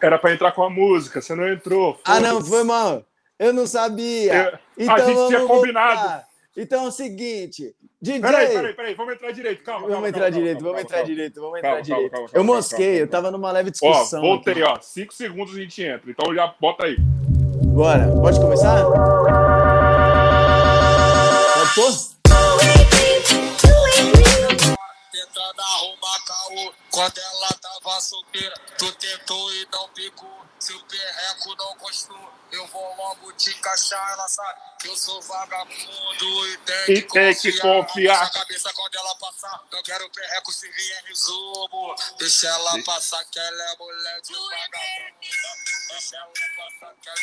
Era pra entrar com a música, você não entrou. Ah, não, foi mal. Eu não sabia. Então, a gente tinha combinado. Voltar. Então é o seguinte, DJ... Peraí, vamos entrar direito, calma. Vamos entrar direito. Eu mosquei, eu tava numa leve discussão. Ó, voltei, aqui. 5 segundos a gente entra, então já bota aí. Bora, pode começar? Pode pôr? Tentando arrumar caô, quando ela tava solteira, tu tentou e não picou. Se o perreco não gostou, eu vou logo te encaixar. Ela sabe que eu sou vagabundo e tem que confiar. Na cabeça quando ela passar, não quero o perreco se vier resumo. Deixa ela passar que ela é mulher de vagabundo. Deixa ela passar que ela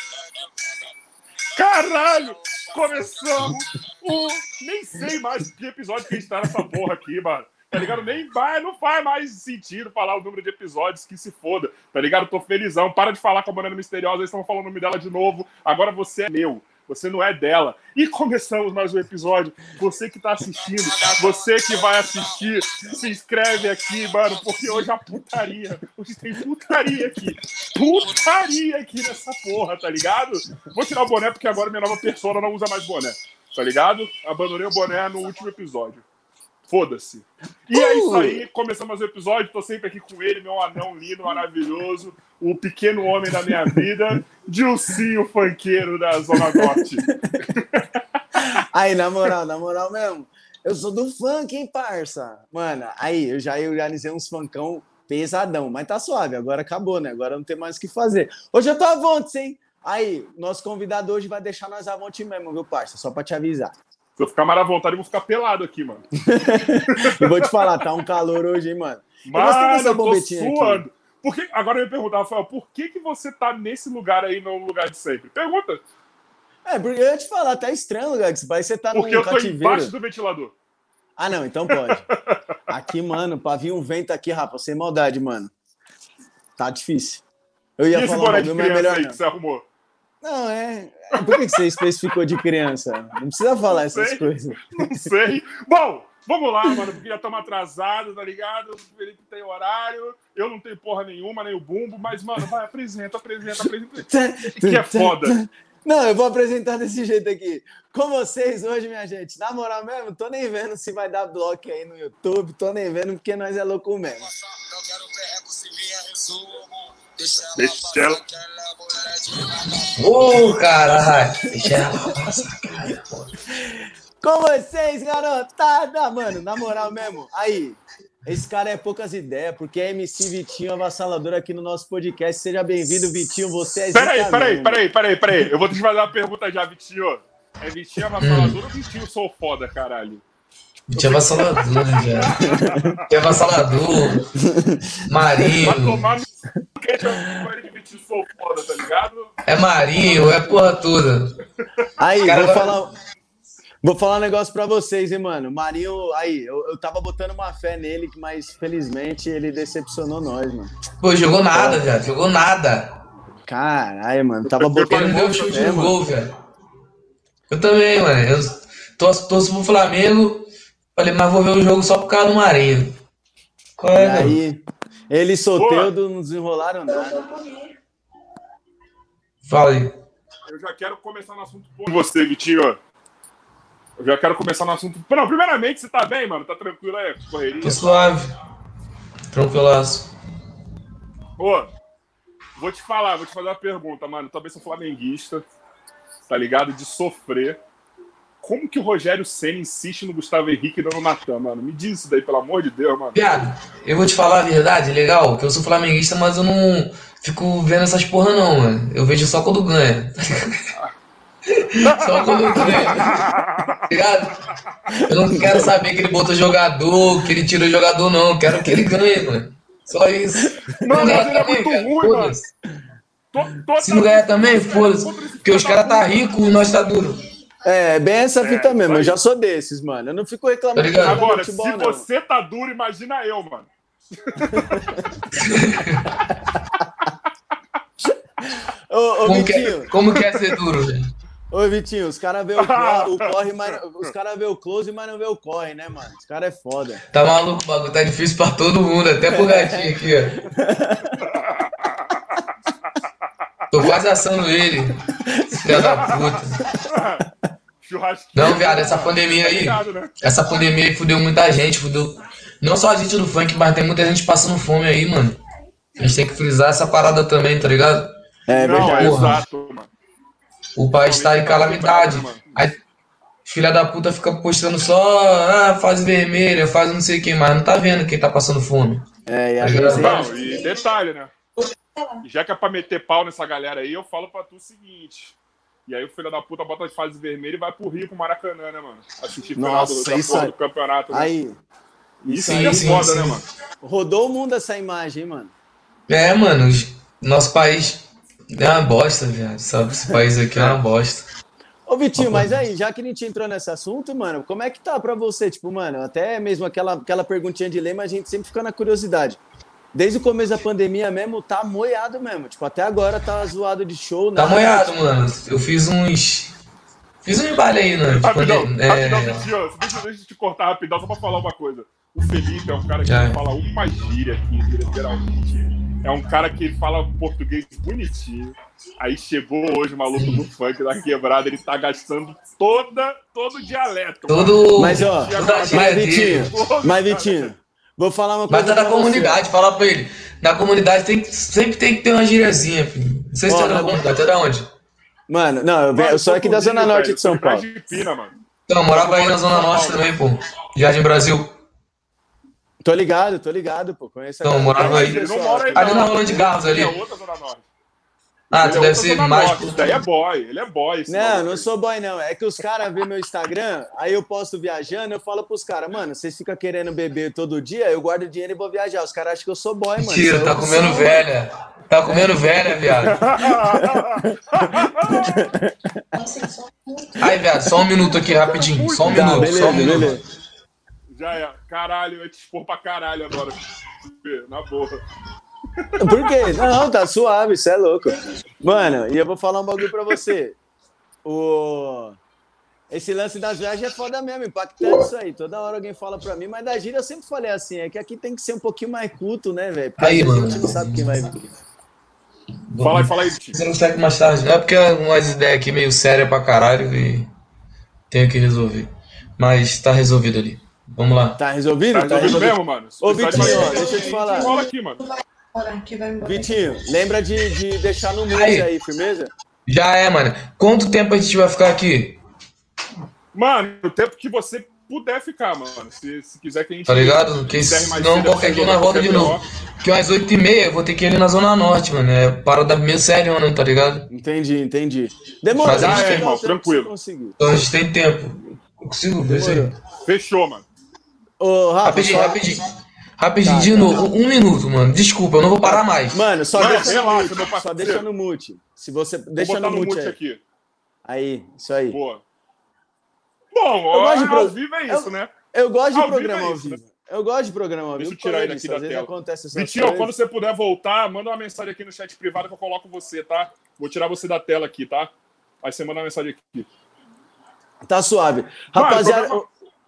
é mulher de vagabundo. Caralho! Começamos nem sei mais que episódio que a gente tá nessa porra aqui, mano. Tá ligado? Não faz mais sentido falar o número de episódios, que se foda. Tá ligado? Tô felizão. Para de falar com a Banana Misteriosa, eles estão falando o nome dela de novo. Agora você é meu. Você não é dela. E começamos mais um episódio. Você que tá assistindo, você que vai assistir, se inscreve aqui, mano, porque hoje a putaria. Hoje tem putaria aqui. Putaria aqui nessa porra, tá ligado? Vou tirar o boné porque agora minha nova persona não usa mais boné. Tá ligado? Abandonei o boné no último episódio. Foda-se. E é isso aí, começamos mais um episódio, tô sempre aqui com ele, meu anão lindo, maravilhoso, o pequeno homem da minha vida, Dilcinho funkeiro da Zona Norte. Aí, na moral mesmo, eu sou do funk, hein, parça? Mano, aí, eu já organizei uns funkão pesadão, mas tá suave, agora acabou, né? Agora não tem mais o que fazer. Hoje eu tô à vontade, hein? Aí, nosso convidado hoje vai deixar nós à vontade mesmo, viu, parça? Só pra te avisar. Se eu ficar mais à vontade, eu vou ficar pelado aqui, mano. Eu vou te falar, tá um calor hoje, hein, mano? Mano, eu tô suando. Agora eu ia perguntar, Rafael, por que você tá nesse lugar aí, no lugar de sempre? Pergunta. Porque eu ia te falar, tá estranho o lugar que você tá no cativeiro. Porque eu tô embaixo do ventilador. Ah, não, então pode. Aqui, mano, pra vir um vento aqui, Rafa, sem maldade, mano. Tá difícil. Eu ia falar, boné de criança aí que você arrumou? Não, Por que você especificou de criança? Não precisa falar essas coisas. Não sei. Bom, vamos lá, mano, porque já estamos atrasados, tá ligado? O Felipe tem horário, eu não tenho porra nenhuma, nem o bumbo, mas, mano, vai, apresenta. Que é foda. Não, eu vou apresentar desse jeito aqui. Com vocês hoje, minha gente. Na moral mesmo, tô nem vendo se vai dar bloco aí no YouTube, tô nem vendo porque nós é louco mesmo. Eu quero o perreco se vier resumo. Deixa ela. Caralho. Deixa ela passar, cara. Com vocês, garotada. Mano, na moral mesmo. Aí, esse cara é poucas ideias, porque é MC Vitinho avassalador aqui no nosso podcast. Seja bem-vindo, Vitinho. Você é Peraí. Eu vou te fazer uma pergunta já, Vitinho. É Vitinho avassalador ou Vitinho sou foda, caralho? Vitinho avassalador, já. Vitinho avassalador. Marinho. Vai tomar no que chama de Vitinho sou foda, tá ligado? É Marinho, é porra toda. Aí, vou falar um negócio pra vocês, hein, mano. Marinho, aí, eu tava botando uma fé nele, mas felizmente ele decepcionou nós, mano. Pô, jogou nada, velho. Jogou nada. Caralho, mano. Tava botando um bom chute no gol, velho. Eu também, mano. Eu torço pro Flamengo. Falei, mas vou ver o jogo só por causa do Marinho. Qual é, aí, ele e Soteldo não desenrolaram nada. Fala aí. Eu já quero começar no assunto com você, Vitinho. Eu já quero começar no assunto... Não, primeiramente, você tá bem, mano? Tá tranquilo aí? Correria? Tô suave. Tranquilaço. Ô, vou te fazer uma pergunta, mano. Talvez sou flamenguista, tá ligado? De sofrer. Como que o Rogério Ceni insiste no Gustavo Henrique e não no Natan, mano? Me diz isso daí, pelo amor de Deus, mano. Viado, eu vou te falar a verdade, legal, que eu sou flamenguista, mas eu não fico vendo essas porra não, mano. Eu vejo só quando ganha. Só quando ganha. Tá ligado? Eu não quero saber que ele botou jogador, que ele tirou jogador, não. Eu quero que ele ganhe, mano. Só isso. Mano, mas ele é muito ruim, mano. Se não ganhar também, foda-se. Porque os caras tá rico e nós tá duro. É, bem essa fita mesmo. Eu já sou desses, mano. Eu não fico reclamando. Tá agora, futebol, se não. você tá duro, imagina eu, mano. Como que é ser duro, velho? Ô, Vitinho, os caras vê o corre, mas os caras vê o close, mas não vê o corre, né, mano? Os caras é foda. Tá maluco, o bagulho tá difícil pra todo mundo, até pro gatinho aqui, ó. Tô quase assando ele. Filha da puta. Churrasquinho. Não, viado, essa pandemia aí. Né? Essa pandemia aí fudeu muita gente, fudeu. Não só a gente do funk, mas tem muita gente passando fome aí, mano. A gente tem que frisar essa parada também, tá ligado? É verdade. Exato, mano. O país tá em calamidade. Aí, filha da puta fica postando só fase vermelha, fase não sei quem, mas não tá vendo quem tá passando fome. E Tá a ligado? Não, e detalhe, né? Já que é pra meter pau nessa galera aí, eu falo pra tu o seguinte. E aí o filho da puta bota as fases vermelhas e vai pro Rio, pro Maracanã, né, mano? Assistir final Nossa, isso porra aí. do campeonato. Né? Aí, Isso Sim, aí é sim, foda, sim. né, mano? rodou o mundo essa imagem, hein, mano? É, mano, nosso país é uma bosta, viado. Sabe? Esse país aqui é uma bosta. Ô, Vitinho, mas aí, já que a gente entrou nesse assunto, mano, como é que tá pra você? Tipo, mano, até mesmo aquela perguntinha de lei, mas a gente sempre fica na curiosidade. Desde o começo da pandemia mesmo, tá moiado mesmo. Tipo, até agora tá zoado de show, Tá nada. moiado, mano. Eu fiz uns baile aí, né? Rapidão, Vitinho, deixa eu te cortar rapidão, só pra falar uma coisa. O Felipe é um cara que fala uma gíria aqui, literalmente. É um cara que fala português bonitinho. Aí chegou hoje o maluco do funk da quebrada, ele tá gastando todo o dialeto. Todo. Mas, ó, toda a gíria dele. Mas, Vitinho, vou falar uma coisa. Mas tá pra na comunidade, fala pra ele. Na comunidade sempre tem que ter uma gíriazinha, filho. Não sei se tá na comunidade, tá da onde? Mano, não, eu sou aqui da Zona Norte de São Paulo. Então, eu morava aí na Zona Norte também, pô. Jardim Brasil. Tô ligado, pô. Conheço Então, eu morava aí. Ele não mora aí, Ali não. na Rolando de Garros ali. É outra Zona Norte. Ah, Ele tu é deve outra ser Zona mais. Norte. Isso daí é boy, ele é boy. esse Não, maluco não aí. sou boy, não. É que os caras vêem meu Instagram, aí eu posto viajando, eu falo pros caras, mano, vocês ficam querendo beber todo dia, eu guardo dinheiro e vou viajar. Os caras acham que eu sou boy, mano. Mentira, tá comendo velha. Tá comendo velha, viado. Aí, viado, só um minuto aqui, rapidinho. Só um Tá, minuto, beleza, só um minuto. beleza. Já é. Caralho, eu ia te expor pra caralho agora. Na boa. Por quê? Não, tá suave, isso é louco. Mano, e eu vou falar um bagulho pra você. Esse lance das viagens é foda mesmo, impactante isso aí. Toda hora alguém fala pra mim, mas da gíria eu sempre falei assim, é que aqui tem que ser um pouquinho mais culto, né, velho? Porque Aí, às vezes mano. a gente não sabe quem vai vir. Fala aí, Vitinho. Você não segue mais tarde, não é porque é umas ideias aqui meio sérias pra caralho e tenho que resolver. Mas tá resolvido ali. Vamos lá. Tá resolvido? Tá resolvido mesmo, mano? Ô, Vitinho, ó, deixa eu te falar. Rola aqui, mano. Vitinho, lembra de deixar no mute aí, firmeza? Já é, mano. Quanto tempo a gente vai ficar aqui? Mano, o tempo que você puder ficar, mano. Se quiser que a gente... Tá ligado? Porque encerre mais senão cedo, qualquer dia jogar nós volta qualquer de novo. Porque umas 8h30 eu vou ter que ir ali na Zona Norte, mano. É parada meio séria, mano, tá ligado? Entendi. Demorou. Mas é, irmão, tranquilo. Então a gente tem tempo. Eu consigo ver isso aí. Fechou, mano. Ô, Rafa, Rapidinho, de novo. Um minuto, mano. Desculpa, eu não vou parar mais. Mano, só Não, deixa no relaxa, mute. meu parceiro. Só deixa no mute. Se você deixa Vou botar no mute aí. aqui. Aí, isso aí. Boa. Bom, gosto de ao vivo é isso, né? Eu gosto de Ao vivo programa é ao isso, vivo. Eu gosto de programa ao vivo. Deixa eu tirar ele aqui da Às vezes tela. acontece essas Vitinho, coisas. quando você puder voltar, manda uma mensagem aqui no chat privado que eu coloco você, tá? Vou tirar você da tela aqui, tá? Aí você manda uma mensagem aqui. Tá suave. Mano, Rapaziada, programa-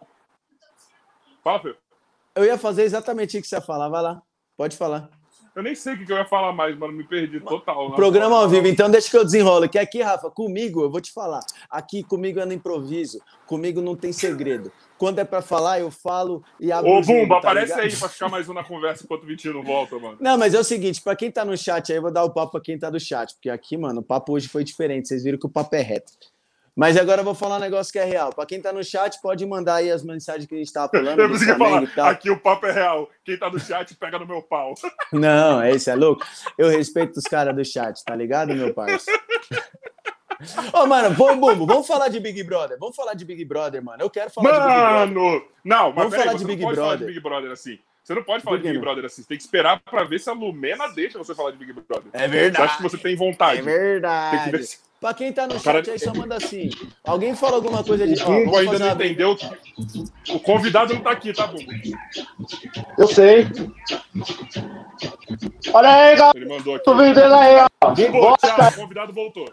Fala, Fê. eu ia fazer exatamente o que você ia falar. Vai lá. Pode falar. Eu nem sei o que eu ia falar mais, mano. Me perdi total. né? Programa ao vivo, então deixa que eu desenrolo. Que aqui, Rafa, comigo, eu vou te falar. Aqui comigo é no improviso. Comigo não tem segredo. Quando é pra falar, eu falo e abro Ô, o jogo, Bumba, tá aparece ligado? aí pra ficar mais um na conversa enquanto o Vitinho não volta, mano. Não, mas é o seguinte, pra quem tá no chat aí, eu vou dar o papo pra quem tá do chat, porque aqui, mano, o papo hoje foi diferente, vocês viram que o papo é reto. Mas agora eu vou falar um negócio que é real. Pra quem tá no chat, pode mandar aí as mensagens que a gente tava falando. Eu do pensei que ia Flamengo falar, e tal. aqui o papo é real. Quem tá no chat pega no meu pau. Não, esse é louco. Eu respeito os caras do chat, tá ligado, meu parceiro? Ô, mano, Bumbo, vamos falar de Big Brother. Vamos falar de Big Brother, mano. Eu quero falar de Big Brother. Mano! Não, mas Vamos peraí, falar você de Big não pode falar Brother. de Big Brother assim. Você não pode falar Por de que Big não? Brother assim. Você tem que esperar pra ver se a Lumena deixa você falar de Big Brother. É verdade. Você acha que você tem vontade? É Tem que verdade. ver se... Pra quem tá no chat Cara- aí, só manda assim. Alguém fala alguma coisa de... O Bumbo vamos ainda fazer não uma briga. entendeu que o convidado não tá aqui, tá, Bumbo? Eu sei. Olha aí, galera. Ele mandou aqui. Tô vendendo aí, ó. Bumbo, tchau, o convidado voltou.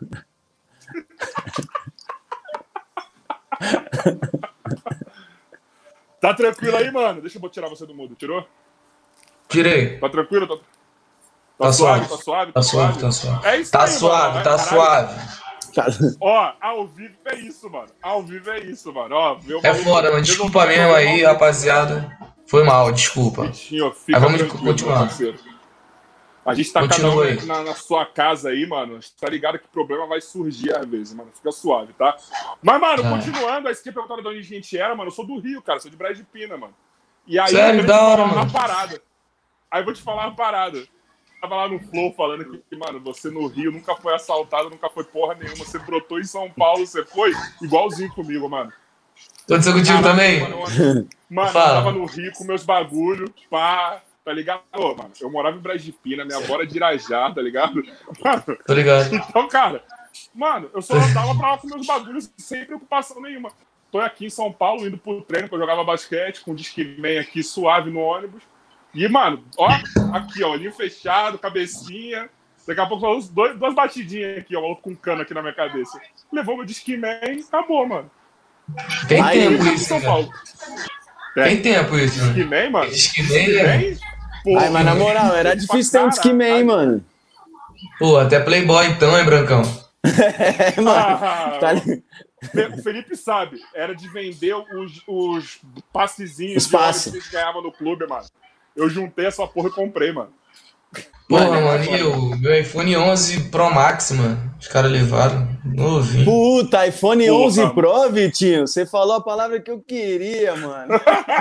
Tá tranquilo aí, mano? Deixa eu tirar você do mudo. Tirou? Tirei. Tá tranquilo? Tá suave. Tá suave? Tá suave, tá suave. É isso Tá aí, suave, mano. tá Caralho. suave. Ó, ao vivo é isso, mano. Ao vivo é isso, mano. Ó, meu É maluco foda, mano. Desculpa mesmo aí, rapaziada. Foi mal, desculpa. Vitinho, fica Mas vamos tranquilo, continuar. meu parceiro. A gente tá Continua cada um aí. na sua casa aí, mano. Tá ligado que o problema vai surgir às vezes, mano. Fica suave, tá? Mas, mano, continuando, aí você tinha perguntado de onde a gente era, mano. Eu sou do Rio, cara. Sou de Brás de Pina, mano. E aí, Sério? eu Da hora, falar uma mano. parada. Aí eu vou te falar uma parada. Tava lá no Flow falando que, mano, você no Rio nunca foi assaltado, nunca foi porra nenhuma. Você brotou em São Paulo, você foi igualzinho comigo, mano. Aconteceu contigo também? Mano, eu Fala. tava no Rio com meus bagulho, pá, tá ligado? Ô, mano, eu morava em Brás de Pina, minha avó era de Irajá, tá ligado? Mano, Tô ligado. então, cara, mano, eu só andava pra lá com meus bagulhos sem preocupação nenhuma. Tô aqui em São Paulo, indo pro treino, que eu jogava basquete, com o Discman aqui suave no ônibus. E, mano, ó, aqui, ó, olhinho fechado, cabecinha. Daqui a pouco só duas batidinhas aqui, ó, maluco com cano aqui na minha cabeça. Levou meu Discman e acabou, mano. Tem Aí, tempo Em isso, São né? Paulo. Tem tempo isso, né? Discman, mano? Discman, né? Discman? Pô, Ai, mas na moral, era difícil ter um Discman, mano. Pô, até Playboy então, hein, Brancão? É, mano. Tá ligado? O Felipe sabe, era de vender os passezinhos Os passes. que a gente ganhava no clube, mano. Eu juntei essa porra e comprei, mano. Porra, mano, e meu iPhone 11 Pro Max, mano. Os caras levaram. Novinho. Puta, iPhone Porra, 11 mano. Pro, Vitinho. Você falou a palavra que eu queria, mano.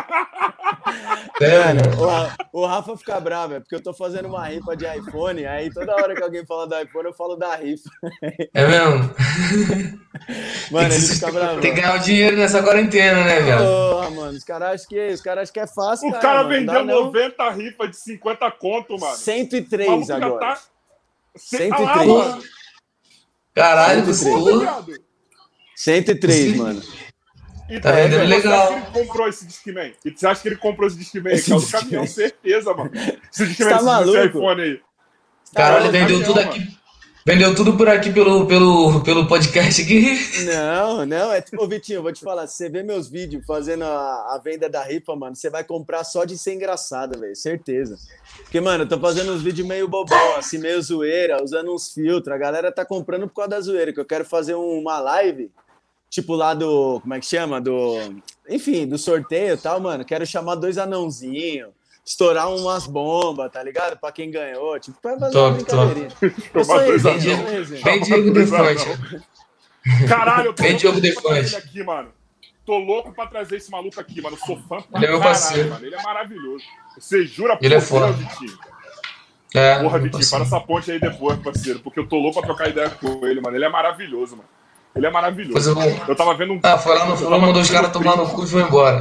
Sério, mano. O Rafa fica bravo, é porque eu tô fazendo uma rifa de iPhone, aí toda hora que alguém fala do iPhone, eu falo da rifa. É mesmo? Mano, ele fica bravo. Tem que ganhar o dinheiro nessa quarentena, né, viado? Porra, mano, os caras acham que é fácil, O cara. cara mano, não vendeu dá, não. 90 rifas de 50 conto, mano. O 103 maluco já agora. tá... 103. Ah, mano. Caralho, Sim, você. Porra, viado. 103, mano. E Tá vendendo você legal. acha que ele comprou esse Discman? E você acha que ele comprou esse Discman? Que é o do caminhão, certeza, mano. Esse Discman, Tá esse maluco? iPhone aí. Caralho, Tá, vendeu caminhão, tudo aqui. Vendeu tudo por aqui pelo podcast aqui. Não, é tipo, Vitinho, eu vou te falar, se você vê meus vídeos fazendo a venda da rifa, mano, você vai comprar só de ser engraçado, velho, certeza. Porque, mano, eu tô fazendo uns vídeos meio bobão, assim, meio zoeira, usando uns filtros, a galera tá comprando por causa da zoeira, que eu quero fazer uma live, tipo lá do, como é que chama? Enfim, do sorteio e tal, mano, quero chamar 2 anãozinhos, estourar umas bombas, tá ligado? Pra quem ganhou, tipo, pra fazer uma Top, brincadeirinha. Eu sou Chamar 2 resenha, anãos. eu sou resenha. Bem Diego Defante. Caralho, eu tô Vem, louco Diogo pra Defante. trazer ele aqui, mano. Tô louco pra trazer esse maluco aqui, mano. Eu sou fã pra Ele é meu caralho, parceiro. mano. Ele é maravilhoso. Você jura Ele é Deus, foda. Vitinho? É, Porra, meu Vitinho, parceiro. para essa ponte aí depois, parceiro. Porque eu tô louco pra trocar ideia com ele, mano. Ele é maravilhoso, mano. Ele é maravilhoso. Pois eu vou- Eu tava vendo um... Ah, foi lá no Flow, mandou os caras tomar no cu e foi embora.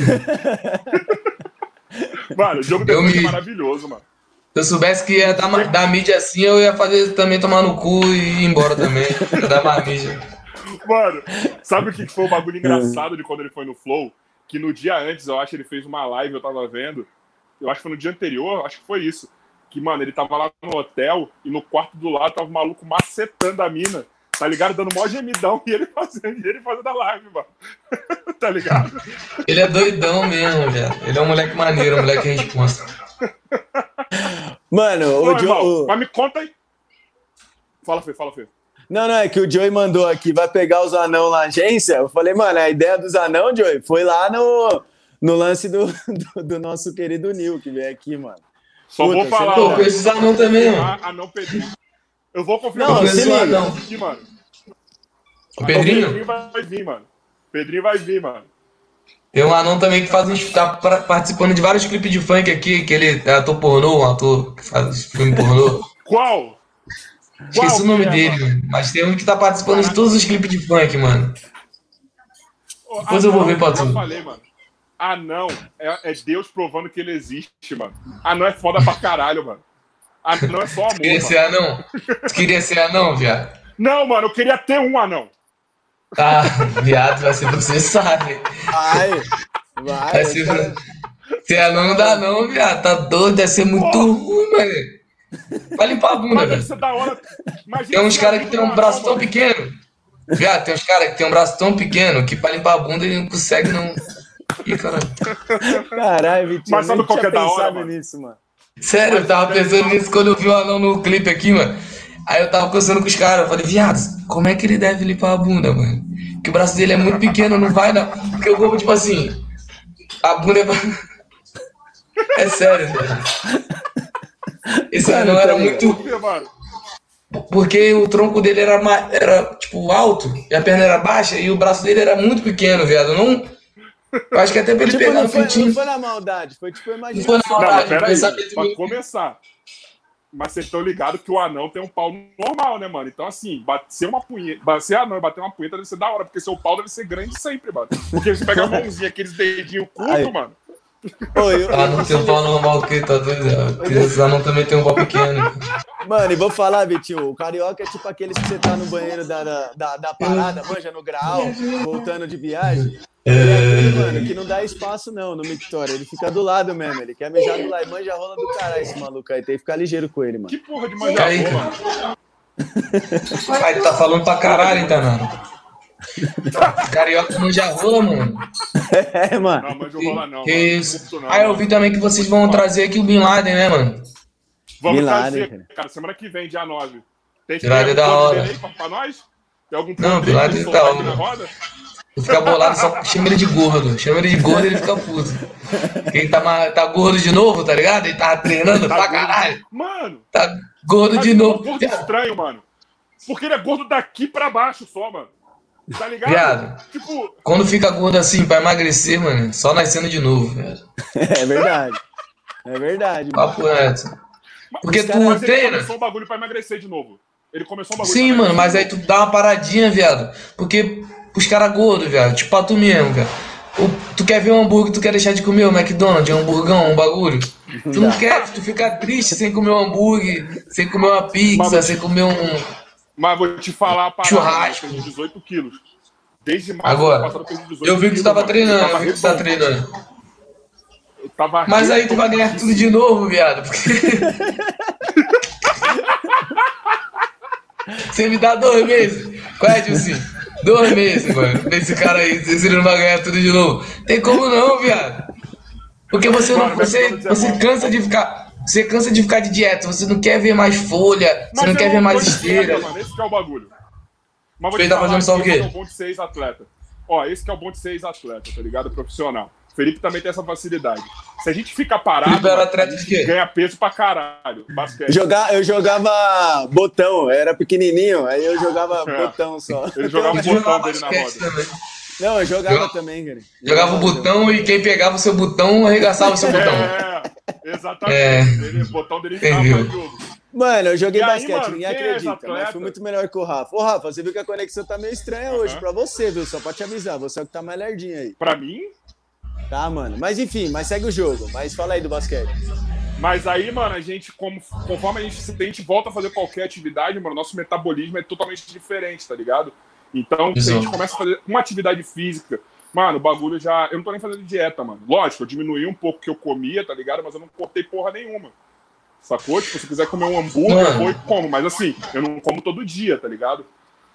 Mano, o jogo Eu depois é me- maravilhoso, mano. Se eu soubesse que ia dar mídia assim, eu ia fazer também tomar no cu e ir embora também. Ia dar mais mídia. Mano, sabe o que foi o bagulho engraçado de quando ele foi no Flow? Que no dia antes, eu acho, ele fez uma live, eu tava vendo. Eu acho que foi no dia anterior, acho que foi isso. Que, mano, ele tava lá no hotel e no quarto do lado tava o maluco macetando a mina. Tá ligado? Dando mó gemidão e ele fazendo a live, mano. Tá ligado? Ele é doidão mesmo, velho. Ele é um moleque maneiro, um moleque responsa. Mano, Ô, o irmão, Joe... mas me conta aí. Fala, Fê, fala, Fê. Não, é que o Joey mandou aqui, vai pegar os anão na agência. Eu falei, mano, a ideia dos anão, Joey, foi lá no lance do nosso querido Nil, que veio aqui, mano. Só Puta, vou falar, você Pô, não- com esses anão também, mano. Não, Pedrinho. Eu vou confirmar Não, com se esse liga. anão aqui, mano. O Pedrinho? Pedrinho vai vir, mano. Pedrinho vai vir, mano. Tem um anão também que tá participando de vários clipes de funk aqui, que ele é ator pornô, um ator que faz filme pornô. Qual? Esqueci o nome que é, dele, mano? mas tem um que tá participando de todos os clipes de funk, mano. Ô, Depois eu vou ver pra eu tu. já falei, mano. Anão é Deus provando que ele existe, mano. Anão é foda pra caralho, mano. Anão é só amor, Queria ser mano. anão? Tu queria ser anão, viado? Não, mano, eu queria ter um anão. Ah, viado, vai ser você sabe. Vai, Vai ser ser anão não dá não, viado. Tá doido, deve ser muito ruim, mano. Vai limpar a bunda, Mas deve velho. ser da hora. Imagina Tem uns se caras a que vida tem um do braço anão, tão mano. pequeno. Viado, tem uns caras que tem um braço tão pequeno que pra limpar a bunda ele não consegue não. Ih, caralho. Caralho, Vitinho, Mas sabe eu nem qual que tinha é da hora, pensado mano? nisso, mano. Sério, eu tava pensando nisso quando eu vi o anão no clipe aqui, mano. Aí eu tava conversando com os caras, eu falei, viado, como é que ele deve limpar a bunda, mano? Que o braço dele é muito pequeno, não vai, não. Porque o corpo, tipo assim, a bunda é. É sério, velho. Esse anão era muito. Por quê, mano? Porque o tronco dele era, tipo, alto, e a perna era baixa, e o braço dele era muito pequeno, viado. Não. Eu acho que até pra ele Tipo, pegar não no foi, pintinho. não foi na maldade, foi tipo Não foi imaginação. na Não, maldade, mas peraí, pensamento pra meu. começar. Mas vocês estão ligados que o anão tem um pau normal, né, mano? Então, assim, ser uma punheta. Ser anão e bater uma punheta deve ser da hora, porque seu pau deve ser grande sempre, mano. Porque você pega a mãozinha, aqueles dedinhos Aí. curtos, mano. Ô, Ah, não tem um pau normal que tá doido. Porque os anão também tem um pau pequeno. Mano, e vou falar, Vitinho, o carioca é tipo aqueles que você tá no banheiro da parada, manja no grau, voltando de viagem. Ele é aquele, mano, que não dá espaço não no mictório, ele fica do lado mesmo, ele quer mijar do lado, manja a rola do caralho esse maluco aí, tem que ficar ligeiro com ele, mano. Que porra de manjar Aí, rola, cara. Aí tá falando pra caralho, hein, Tanano? Carioca manja rola, mano. É, mano. Não, manjo rola não, Que mano. isso. Não curto não, Ah, eu mano. vi também que vocês vão trazer aqui o Bin Laden, né, mano? Vamos Bin Laden, trazer, cara, semana que vem, dia 9. Tem Bin Laden é da plano hora. dele aí pra nós? Tem algum Não, plano Bin Laden dele é que da soltar aqui hora. na roda? Fica bolado, só chama ele de gordo. Chama ele de gordo e ele fica puto. Porque ele tá gordo de novo, tá ligado? Ele tava treinando Tá pra gordo. caralho. Mano, Tá gordo mas de ele é um novo. gordo estranho, mano. Porque ele é gordo daqui pra baixo só, mano. Tá ligado? Viado. Tipo, Quando fica gordo assim pra emagrecer, mano, só nascendo de novo, velho. É verdade. É verdade, mano. Papo reto. Porque Os tu caras- mas ele treina. começou um bagulho pra emagrecer de novo. Ele começou um bagulho Sim, pra mano, emagrecer mas aí de tu dá uma paradinha, viado. Porque os caras gordos, viado, tipo pra tu mesmo, velho. Tu quer ver um hambúrguer, tu quer deixar de comer o McDonald's, um hamburgão, um bagulho? Tu não quer, tu fica triste sem comer um hambúrguer, sem comer uma pizza, sem comer um. Mas vou te falar a parada, Churrasco. eu perdi 18 quilos. Desde março Agora, do ano passado eu perdi 18 eu vi que tu quilos, tava mano. treinando, Eu eu tava vi que tu tá redondo. treinando. Eu tava Mas aí tu vai ganhar redondo. tudo de novo, viado. Porque... Você me dá 2 meses. Qual é, Dilcinho? 2 meses, mano. Esse cara aí, se ele não vai ganhar tudo de novo. Tem como não, viado. Porque você não. Mano, Você cansa de ficar. Você cansa de ficar de dieta, você não quer ver mais folha, você não eu quer ver tô mais de esteira. dieta, mano. Esse que é o bagulho. Mas vou Ele te tá falar fazendo só o que quê? esse é o bom de ser ex-atleta. Ó, esse que é o bom de ser ex-atleta, tá ligado? Profissional. O Felipe também tem essa facilidade. Se a gente fica parado, Felipe era mano, atleta a de gente quê? ganha peso pra caralho. Basquete. Eu jogava botão, eu era pequenininho, aí eu jogava É. botão só. Ele jogava o Eu botão jogava dele na basquete roda. também. Não, eu jogava Jogava- também, cara. Jogava o botão e quem pegava o seu botão arregaçava o seu botão. É, exatamente. É. O botão dele estava Entendeu. no jogo. Mano, eu joguei E aí, basquete, mano, ninguém quem é acredita, ex-atleta? mas fui muito melhor que o Rafa. Ô, Rafa, você viu que a conexão tá meio estranha hoje Aham. pra você, viu? Só pra te avisar, você é o que tá mais lerdinho aí. Pra mim, Tá, mano? Mas enfim, mas segue o jogo. Mas fala aí do basquete. mas aí, mano, a gente, conforme a gente volta a fazer qualquer atividade, mano, nosso metabolismo é totalmente diferente, tá ligado? Então, se a gente Exato. começa a fazer uma atividade física, mano, o bagulho já. Eu não tô nem fazendo dieta, mano. Lógico, eu diminuí um pouco o que eu comia, tá ligado? Mas eu não cortei porra nenhuma. Sacou? Tipo, se quiser comer um hambúrguer, eu vou e como. Mas assim, eu não como todo dia, tá ligado?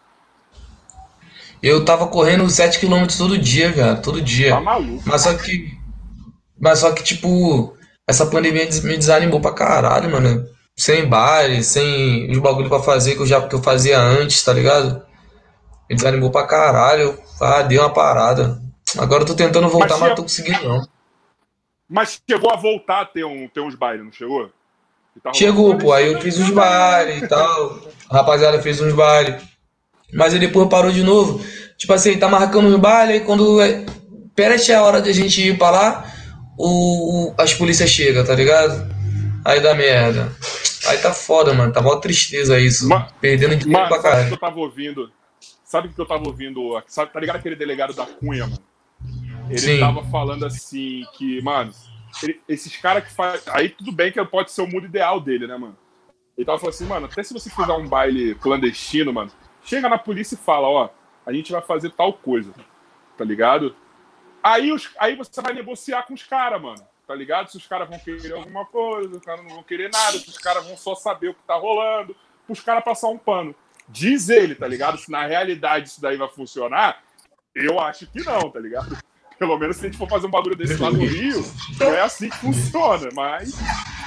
Eu tava correndo 7 km todo dia, velho. Todo dia. Tá maluco. Mas só que, tipo, essa pandemia me desanimou pra caralho, mano. Sem baile, sem os bagulho pra fazer que eu fazia antes, tá ligado? Me desanimou pra caralho. Ah, dei uma parada. Agora eu tô tentando voltar, mas não tô conseguindo, não. Mas chegou a voltar a ter uns bailes, não chegou? E tá rolando Chegou, pô. Aí eu pandemia, fiz uns bailes e tal. A rapaziada fez uns bailes. Mas aí depois parou de novo. Tipo assim, tá marcando uns bailes, aí quando perante a hora de a gente ir pra lá, as polícias chegam, tá ligado? Aí dá merda. Aí tá foda, mano. Tá mó tristeza isso. Perdendo dinheiro Mano, pra sabe o que caralho. eu tava ouvindo? Sabe o que eu tava ouvindo? Sabe, tá ligado aquele delegado da Cunha, mano? Ele Sim. tava falando assim que, mano, esses caras que fazem. Aí tudo bem que pode ser o mundo ideal dele, né, mano? Ele tava falando assim, mano, até se você fizer um baile clandestino, mano, chega na polícia e fala, ó, a gente vai fazer tal coisa, tá ligado? Aí você vai negociar com os caras, mano, tá ligado? Se os caras vão querer alguma coisa, os caras não vão querer nada, se os caras vão só saber o que tá rolando, os caras passar um pano. Diz ele, tá ligado? Se na realidade isso daí vai funcionar, eu acho que não, tá ligado? Pelo menos se a gente for fazer um bagulho desse lá no Rio, não é assim que funciona, mas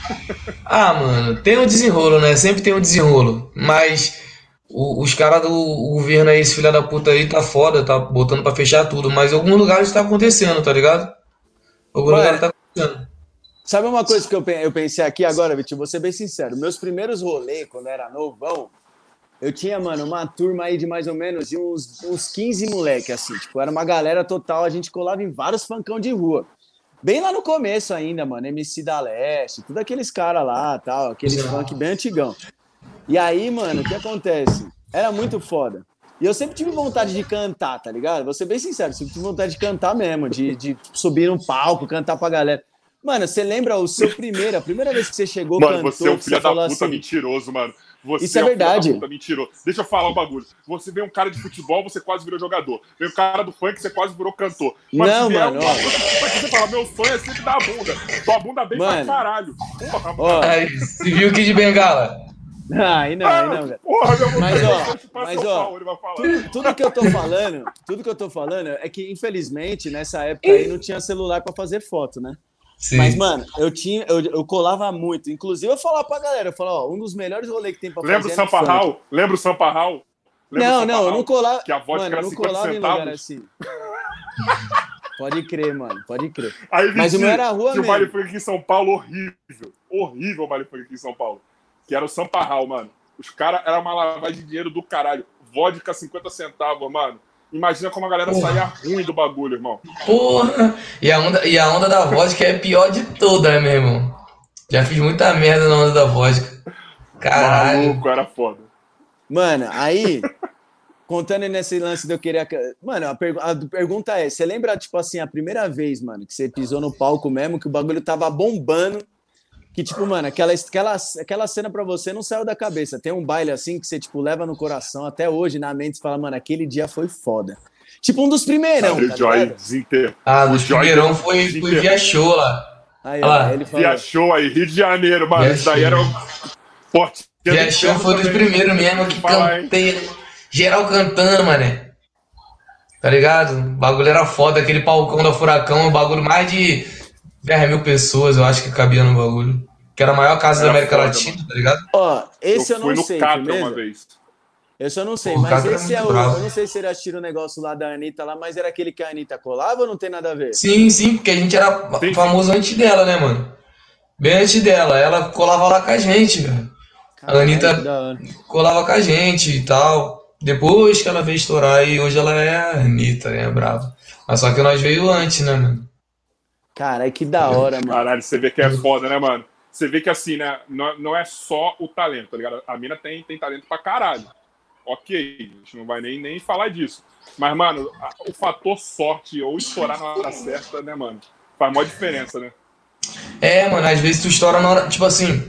Ah, mano, tem um desenrolo, né? Sempre tem um desenrolo. Mas os caras do governo aí, esse filho da puta aí, tá foda, tá botando pra fechar tudo. Mas em alguns lugares tá acontecendo, tá ligado? Em alguns lugares Mano, tá acontecendo. sabe uma coisa que eu pensei aqui agora, Vitinho? Vou ser bem sincero. Meus primeiros rolês, quando eu era novão, eu tinha, mano, uma turma aí de mais ou menos de uns 15 moleque, assim. Tipo, era uma galera total. A gente colava em vários funkão de rua. Bem lá no começo ainda, mano. MC da Leste, tudo aqueles caras lá, tal. Aqueles funk bem antigão. E aí, mano, o que acontece? Era muito foda. E eu sempre tive vontade de cantar, tá ligado? Vou ser bem sincero, sempre tive vontade de cantar mesmo, de subir no palco, cantar pra galera. Mano, você lembra a primeira vez que você chegou, Mano, cantou, você é um que filho você da falou puta assim... mentiroso, mano. Você Isso é um filho verdade. da puta mentiroso. Deixa eu falar um bagulho. Você vê um cara de futebol, você quase virou jogador. Vê um cara do funk, você quase virou cantor. Não, se vier mano, um bagulho do funk, você fala, meu sonho é sempre dar a bunda. Tua bunda bem pra Mano. caralho. Porra, Ó, mano. Aí, se viu o Kid Bengala? aí não, velho. Porra, meu Mas, ó, vou chupar mas, São ó, Paulo, ele vai falar. tudo que eu tô falando é que, infelizmente, nessa época aí não tinha celular pra fazer foto, né? Sim. Mas, mano, eu colava muito. Inclusive, eu falava pra galera, eu falava, ó, um dos melhores rolês que tem pra Lembra o fazer é no funk. Samparral? Lembra o Samparral? Lembra o Não, Samparral? eu não colava. Que a vodka Mano, eu era não 50 colava em lugar centavos. assim. Pode crer, mano, pode crer. Aí, Mas o meu era a rua tinha o baile mesmo. funk aqui em São Paulo horrível. Horrível o baile funk aqui em São Paulo. Que era o Samparral, mano. Os caras, era uma lavagem de dinheiro do caralho. Vodka 50 centavos, mano. Imagina como a galera saía ruim do bagulho, irmão. Porra! E a onda da vodka é a pior de todas, meu irmão. Já fiz muita merda na onda da vodka. Caralho. Maluco, era foda. Mano, aí, contando nesse lance de eu querer. Mano, a pergunta é: você lembra, tipo assim, a primeira vez, mano, que você pisou no palco mesmo, que o bagulho tava bombando? Que, tipo, mano, aquela cena pra você não saiu da cabeça. Tem um baile assim que você, tipo, leva no coração até hoje, na mente, você fala, mano, aquele dia foi foda. Tipo, um dos primeirão, Sabe, tá o Joy ligado? desinter. Ah, O dos Joy primeirão foi desinter. via show lá. Aí, Olha ó, lá. ele falou. Via show aí, Rio de Janeiro, mano. Via Isso daí show. era o forte. Via show foi dos primeiros mesmo que Fala, hein? cantei. Geral cantando, mané. Tá ligado? O bagulho era foda, aquele palcão da Furacão, o bagulho mais de 10 mil pessoas, eu acho que cabia no bagulho. Que era a maior casa da Era América foda, Latina, mano. tá ligado? Ó, esse eu fui não no sei, Catra firmeza? uma vez. Esse eu não sei, Pô, o mas Catra é esse é muito o. bravo. Eu não sei se ele assistiu o negócio lá da Anitta lá, mas era aquele que a Anitta colava ou não tem nada a ver? Sim, sim, porque a gente era Sim. famoso antes dela, né, mano? Bem antes dela. Ela colava lá com a gente, velho. A Caralho, Anitta que da hora. colava com a gente e tal. Depois que ela veio estourar e hoje ela é a Anitta, né? Brava. Mas só que nós veio antes, né, mano? Caralho, que da hora, mano. Caralho, você vê que é foda, né, mano? Você vê que assim, né? Não é só o talento, tá ligado? A mina tem talento pra caralho. Ok, a gente não vai nem falar disso. Mas, mano, o fator sorte ou estourar na hora certa, né, mano? Faz maior diferença, né? É, mano, às vezes tu estoura na hora. Tipo assim,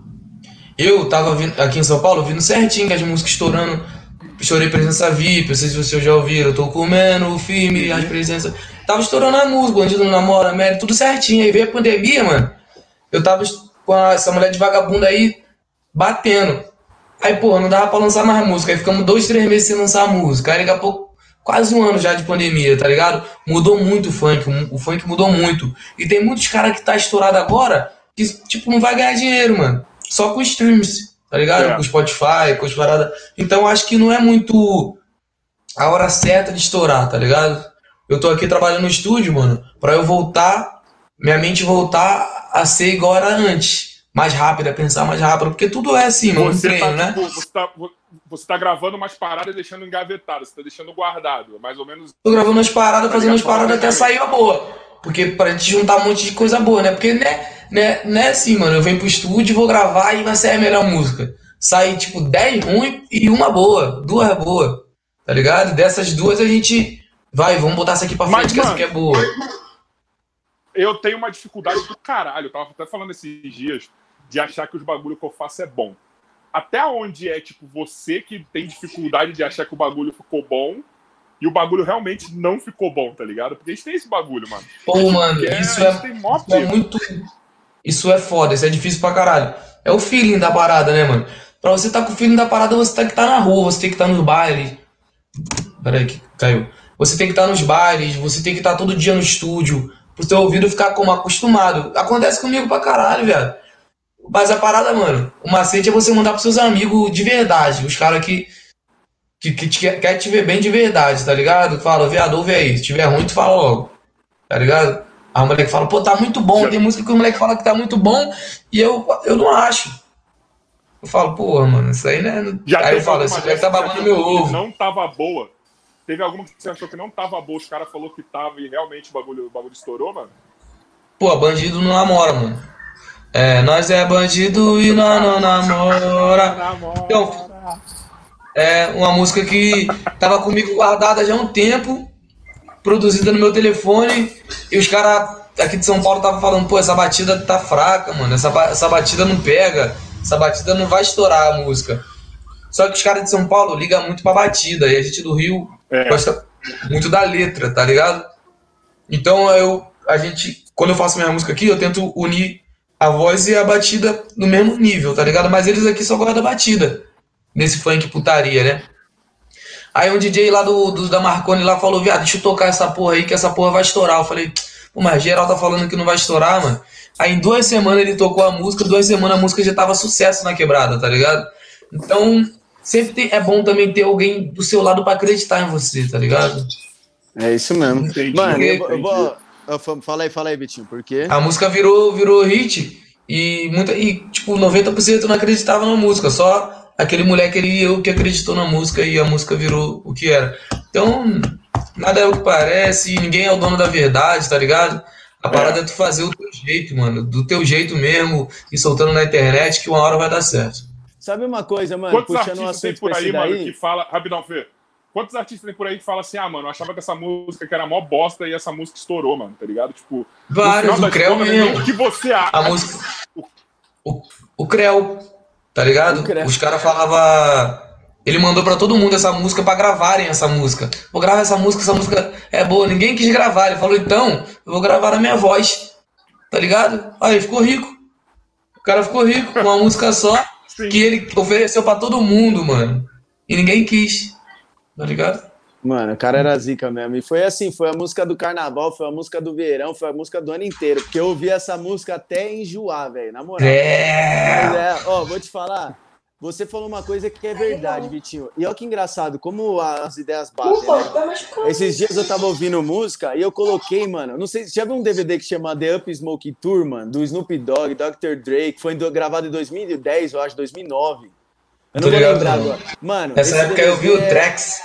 eu tava vindo, aqui em São Paulo, vindo certinho, as músicas estourando. Estourei presença VIP, não sei se vocês já ouviram. Eu tô comendo, firme, as presenças. Tava estourando a música, Bandido não namora, Mary, tudo certinho. Aí veio a pandemia, mano. Eu tava com essa mulher de vagabunda aí, batendo. Aí, pô, não dava pra lançar mais música. Aí ficamos 2, 3 meses sem lançar música. Aí daqui a pouco, quase um ano já de pandemia, tá ligado? Mudou muito o funk mudou muito. E tem muitos caras que tá estourado agora que, tipo, não vai ganhar dinheiro, mano. Só com streams, tá ligado? É. Com Spotify, com as paradas. Então acho que não é muito a hora certa de estourar, tá ligado? Eu tô aqui trabalhando no estúdio, mano, pra eu voltar, minha mente voltar a ser igual era antes. Mais rápida, pensar mais rápido, porque tudo é assim, mano, no treino, né? Tipo, você tá gravando umas paradas e deixando engavetado, você tá deixando guardado. Mais ou menos. Tô gravando umas paradas, fazendo umas ligado? paradas até sair a boa. Porque pra gente juntar um monte de coisa boa, né? Porque não é assim, mano. Eu venho pro estúdio, vou gravar e vai sair a melhor música. Sai, tipo, 10 ruins e uma boa. 2 boas. Tá ligado? Dessas 2 a gente vai, vamos botar essa aqui pra frente, Mas, que essa mano, aqui é boa. Eu tenho uma dificuldade do caralho. Eu tava até falando esses dias de achar que os bagulho que eu faço é bom. Até onde é, tipo, você que tem dificuldade de achar que o bagulho ficou bom e o bagulho realmente não ficou bom, tá ligado? Porque a gente tem esse bagulho, mano. Pô, mano, Que isso a gente tem mó isso é peso. muito. Isso é foda, isso é difícil pra caralho. É o feeling da parada, né, mano? Pra você tá com o feeling da parada, você tem que estar na rua, você tem que estar nos bailes. Peraí, que caiu. Você tem que estar nos bailes, você tem que estar todo dia no estúdio, pro seu ouvido ficar como acostumado. Acontece comigo pra caralho, velho. Mas a parada, mano, o macete é você mandar pros seus amigos de verdade. Os caras que quer te ver bem de verdade, tá ligado? Fala, viado, ouve aí. Se tiver ruim, tu fala logo, tá ligado? Aí o moleque fala, pô, tá muito bom. Tem música que o moleque fala que tá muito bom e eu não acho. Eu falo, porra, mano, isso aí, né? Já Aí eu teve falo, alguma esse moleque tá dessas que babando você meu achou que ovo. não tava boa? Teve alguma que você achou que não tava boa, os caras falaram que tava e realmente o bagulho estourou, mano? Pô, bandido não namora, mano. É, nós é bandido e nós não namora. Então, é uma música que tava comigo guardada já há um tempo, produzida no meu telefone, e os caras aqui de São Paulo estavam falando, pô, essa batida tá fraca, mano, essa batida não pega, essa batida não vai estourar a música. Só que os caras de São Paulo ligam muito pra batida, e a gente do Rio gosta muito da letra, tá ligado? Então quando eu faço minha música aqui, eu tento unir a voz e a batida no mesmo nível, tá ligado? Mas eles aqui só gostam da batida, nesse funk putaria, né? Aí um DJ lá da Marconi lá falou, viado, deixa eu tocar essa porra aí, que essa porra vai estourar. Eu falei, pô, mas geral tá falando que não vai estourar, mano. Aí em 2 semanas ele tocou a música, 2 semanas a música já tava sucesso na quebrada, tá ligado? Então, sempre é bom também ter alguém do seu lado pra acreditar em você, tá ligado? É isso mesmo. Entendi. Mano, eu vou... Fala aí, Vitinho, por quê? A música virou hit e tipo, 90% não acreditava na música, só aquele moleque ali eu que acreditou na música e a música virou o que era. Então, nada é o que parece, ninguém é o dono da verdade, tá ligado? A parada é tu fazer o teu jeito, mano, do teu jeito mesmo e soltando na internet que uma hora vai dar certo. Sabe uma coisa, mano? Quantos Puxando um artistas tem assunto por pra aí, esse mano, daí... que fala... Rapidão, Fê. Quantos artistas tem por aí que fala assim, ah, mano, eu achava que essa música que era mó bosta e essa música estourou, mano, tá ligado? Tipo, vários, o Creu mesmo. O que você acha? A música... O Creu, tá ligado? O Creu. Os caras falavam... Ele mandou pra todo mundo essa música pra gravarem essa música. Vou gravar essa música é boa. Ninguém quis gravar. Ele falou, então, eu vou gravar na minha voz. Tá ligado? Aí, ficou rico. O cara ficou rico com uma música só que ele ofereceu pra todo mundo, mano. E ninguém quis. Tá ligado? Mano, o cara era zica mesmo. E foi assim, foi a música do carnaval, foi a música do verão, foi a música do ano inteiro. Porque eu ouvi essa música até enjoar, velho, na moral. Mas ó, vou te falar. Você falou uma coisa que é verdade, Vitinho. E olha que engraçado, como as ideias batem, né? Esses dias eu tava ouvindo música e eu coloquei, mano, não sei, já viu um DVD que chama The Up Smoke Tour, mano, do Snoop Dogg, Dr. Dre, que foi gravado em 2010, eu acho, 2009. Eu não vou lembrar agora. Mano, nessa época eu vi o Trax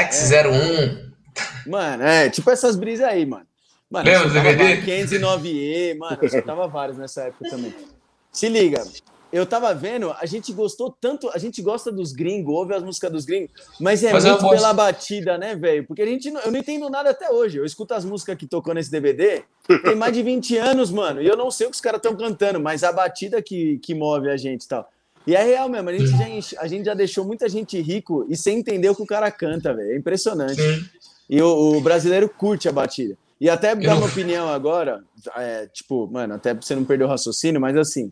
01. Mano, tipo essas brisas aí, mano. Mano, lembra do DVD? 509E, mano, eu tava vários nessa época também. Se liga, eu tava vendo, a gente gostou tanto, a gente gosta dos gringos, ouve as músicas dos gringos, mas muito pela batida, né, velho? Porque eu não entendo nada até hoje. Eu escuto as músicas que tocou nesse DVD, tem mais de 20 anos, mano, e eu não sei o que os caras estão cantando, mas a batida que move a gente e tal. E é real mesmo, a gente já deixou muita gente rico e sem entender o que o cara canta, velho. É impressionante. Sim. E o brasileiro curte a batida. E até dar uma opinião agora, tipo, mano, até pra você não perder o raciocínio, mas assim,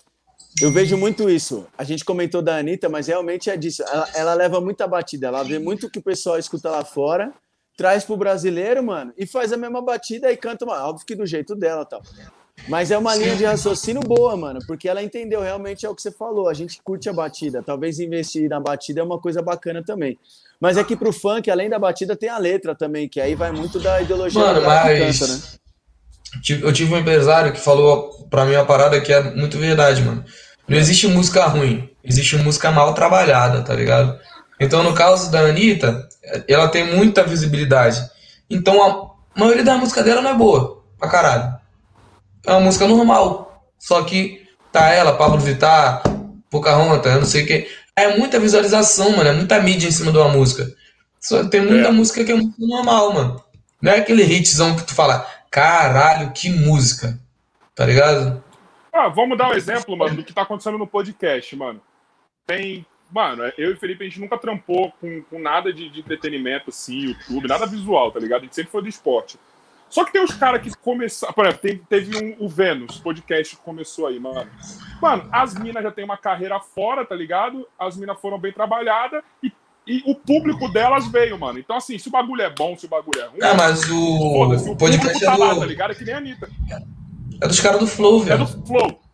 eu vejo muito isso. A gente comentou da Anitta, mas realmente é disso. Ela leva muita batida, ela vê muito o que o pessoal escuta lá fora, traz pro brasileiro, mano, e faz a mesma batida e canta, óbvio que do jeito dela e tal. Mas é uma linha de raciocínio boa, mano, porque ela entendeu, realmente é o que você falou, a gente curte a batida, talvez investir na batida é uma coisa bacana também. Mas é que pro funk, além da batida, tem a letra também, que aí vai muito da ideologia mano, do cara que canta, né? Eu tive um empresário que falou pra mim uma parada que é muito verdade, mano. Não existe música ruim, existe música mal trabalhada, tá ligado? Então, no caso da Anitta, ela tem muita visibilidade. Então, a maioria da música dela não é boa, pra caralho. É uma música normal, só que tá ela, Pablo Vittar, Pocahontas, eu não sei o que. É muita visualização, mano, é muita mídia em cima de uma música. Só tem muita música que é muito normal, mano. Não é aquele hitzão que tu fala, caralho, que música, tá ligado? Vamos dar um exemplo, mano, do que tá acontecendo no podcast, mano. Mano, eu e o Felipe, a gente nunca trampou com nada de entretenimento, assim, YouTube, nada visual, tá ligado? A gente sempre foi do esporte. Só que tem os caras que começaram... Por exemplo, teve o Vênus, podcast que começou aí, mano. Mano, as minas já tem uma carreira fora, tá ligado? As minas foram bem trabalhadas e o público delas veio, mano. Então, assim, se o bagulho é bom, se o bagulho é ruim... mas o podcast tá lá, tá ligado? É que nem a Anitta. É dos caras do Flow, velho. É do Flow.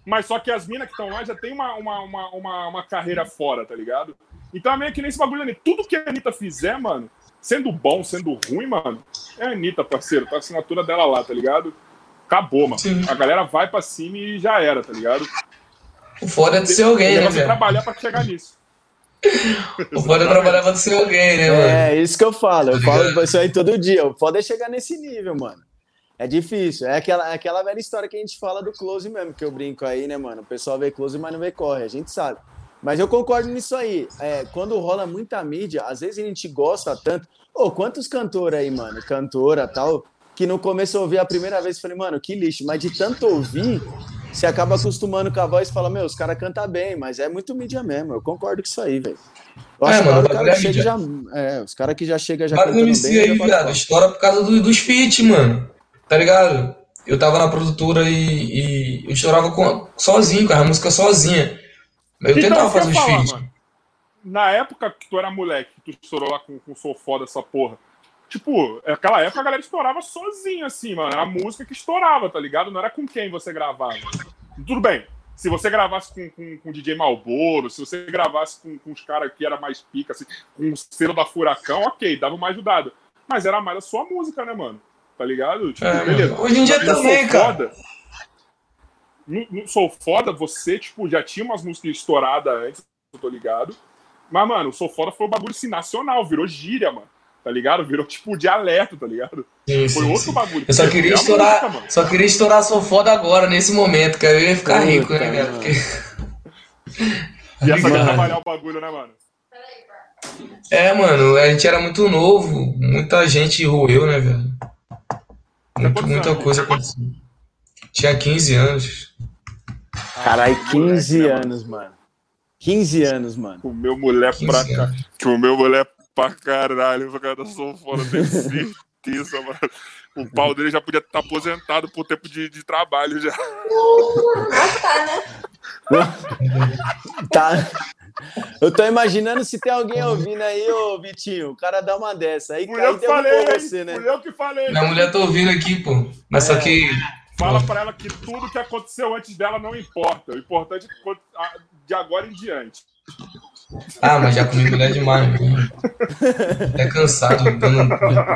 Mas só que as minas que estão lá já tem uma carreira fora, tá ligado? Então é meio que nesse bagulho ali. Tudo que a Anitta fizer, mano, sendo bom, sendo ruim, mano, é a Anitta, parceiro. Tá a assinatura dela lá, tá ligado? Acabou, mano. Sim. A galera vai pra cima e já era, tá ligado? O foda é de ser alguém, né, Você velho? trabalhar pra chegar nisso. O foda é trabalhar pra ser alguém, né, mano? É, isso que eu falo. Eu Tá falo ligado? isso aí todo dia. O foda é chegar nesse nível, mano. É difícil. É aquela velha história que a gente fala do close mesmo, que eu brinco aí, né, mano? O pessoal vê close, mas não vê corre, a gente sabe. Mas eu concordo nisso aí. Quando rola muita mídia, às vezes a gente gosta tanto. Ô, quantos cantores aí, mano? Cantora tal, que no começo eu ouvi a primeira vez e falei, mano, que lixo. Mas de tanto ouvir, você acaba acostumando com a voz e fala, meu, os caras cantam bem, mas é muito mídia mesmo. Eu concordo com isso aí, velho. Eu acho que mano, o o cara bagulho é que chega mídia. já. Os caras que já chegam já Vários cantando MC bem, aí, já pode viado, falar. estoura por causa dos feat, mano. Tá ligado? Eu tava na produtora e eu estourava sozinho, com a música sozinha. Eu Então, tentava isso que eu fazer ia os falar, feats. mano. Na época que tu era moleque, que tu estourou lá com Sou Foda, essa porra. Tipo, naquela época a galera estourava sozinha, assim, mano. Era a música que estourava, tá ligado? Não era com quem você gravava. Tudo bem. Se você gravasse com o DJ Malboro, se você gravasse com os caras que era mais pica, assim, com o selo da Furacão, ok, dava uma ajudada. Mas era mais a sua música, né, mano? Tá ligado? Tipo, beleza. Mano. Hoje em dia No também, Sou cara. Foda, no Sou Foda, você, tipo, já tinha umas músicas estouradas antes, eu tô ligado. Mas, mano, o Sou Foda foi um bagulho assim, nacional, virou gíria, mano. Tá ligado? Virou, tipo, dialeto, tá ligado? Sim, Foi sim, outro sim. bagulho. Eu só Porque queria é a estourar, música, mano. só queria estourar Sou Foda agora, nesse momento, que aí eu ia ficar rico, né, Puta, cara? mano. E essa de Ligado. trabalhar o bagulho, né, mano? Mano, a gente era muito novo, muita gente roeu, né, velho? Tinha quantos Muita anos, coisa Vitor? aconteceu. Tinha 15 anos. Caralho, 15 moleque, né, anos, mano. 15 anos, mano. Comeu mulher 15 pra anos. cá. Comeu mulher pra caralho. O cara da Sou Foda, tenho certeza, mano. O pau dele já podia estar aposentado por tempo de trabalho já. Tá. Eu tô imaginando se tem alguém ouvindo aí, ô Vitinho. O cara dá uma dessa. Aí Fui eu que derrubou falei, hein? você, né? Fui eu que falei. Minha mulher tá ouvindo aqui, pô. Mas só que. Fala pra ela que tudo que aconteceu antes dela não importa. O importante é de agora em diante. Ah, mas já comi mulher demais, mano. Até cansado, dando.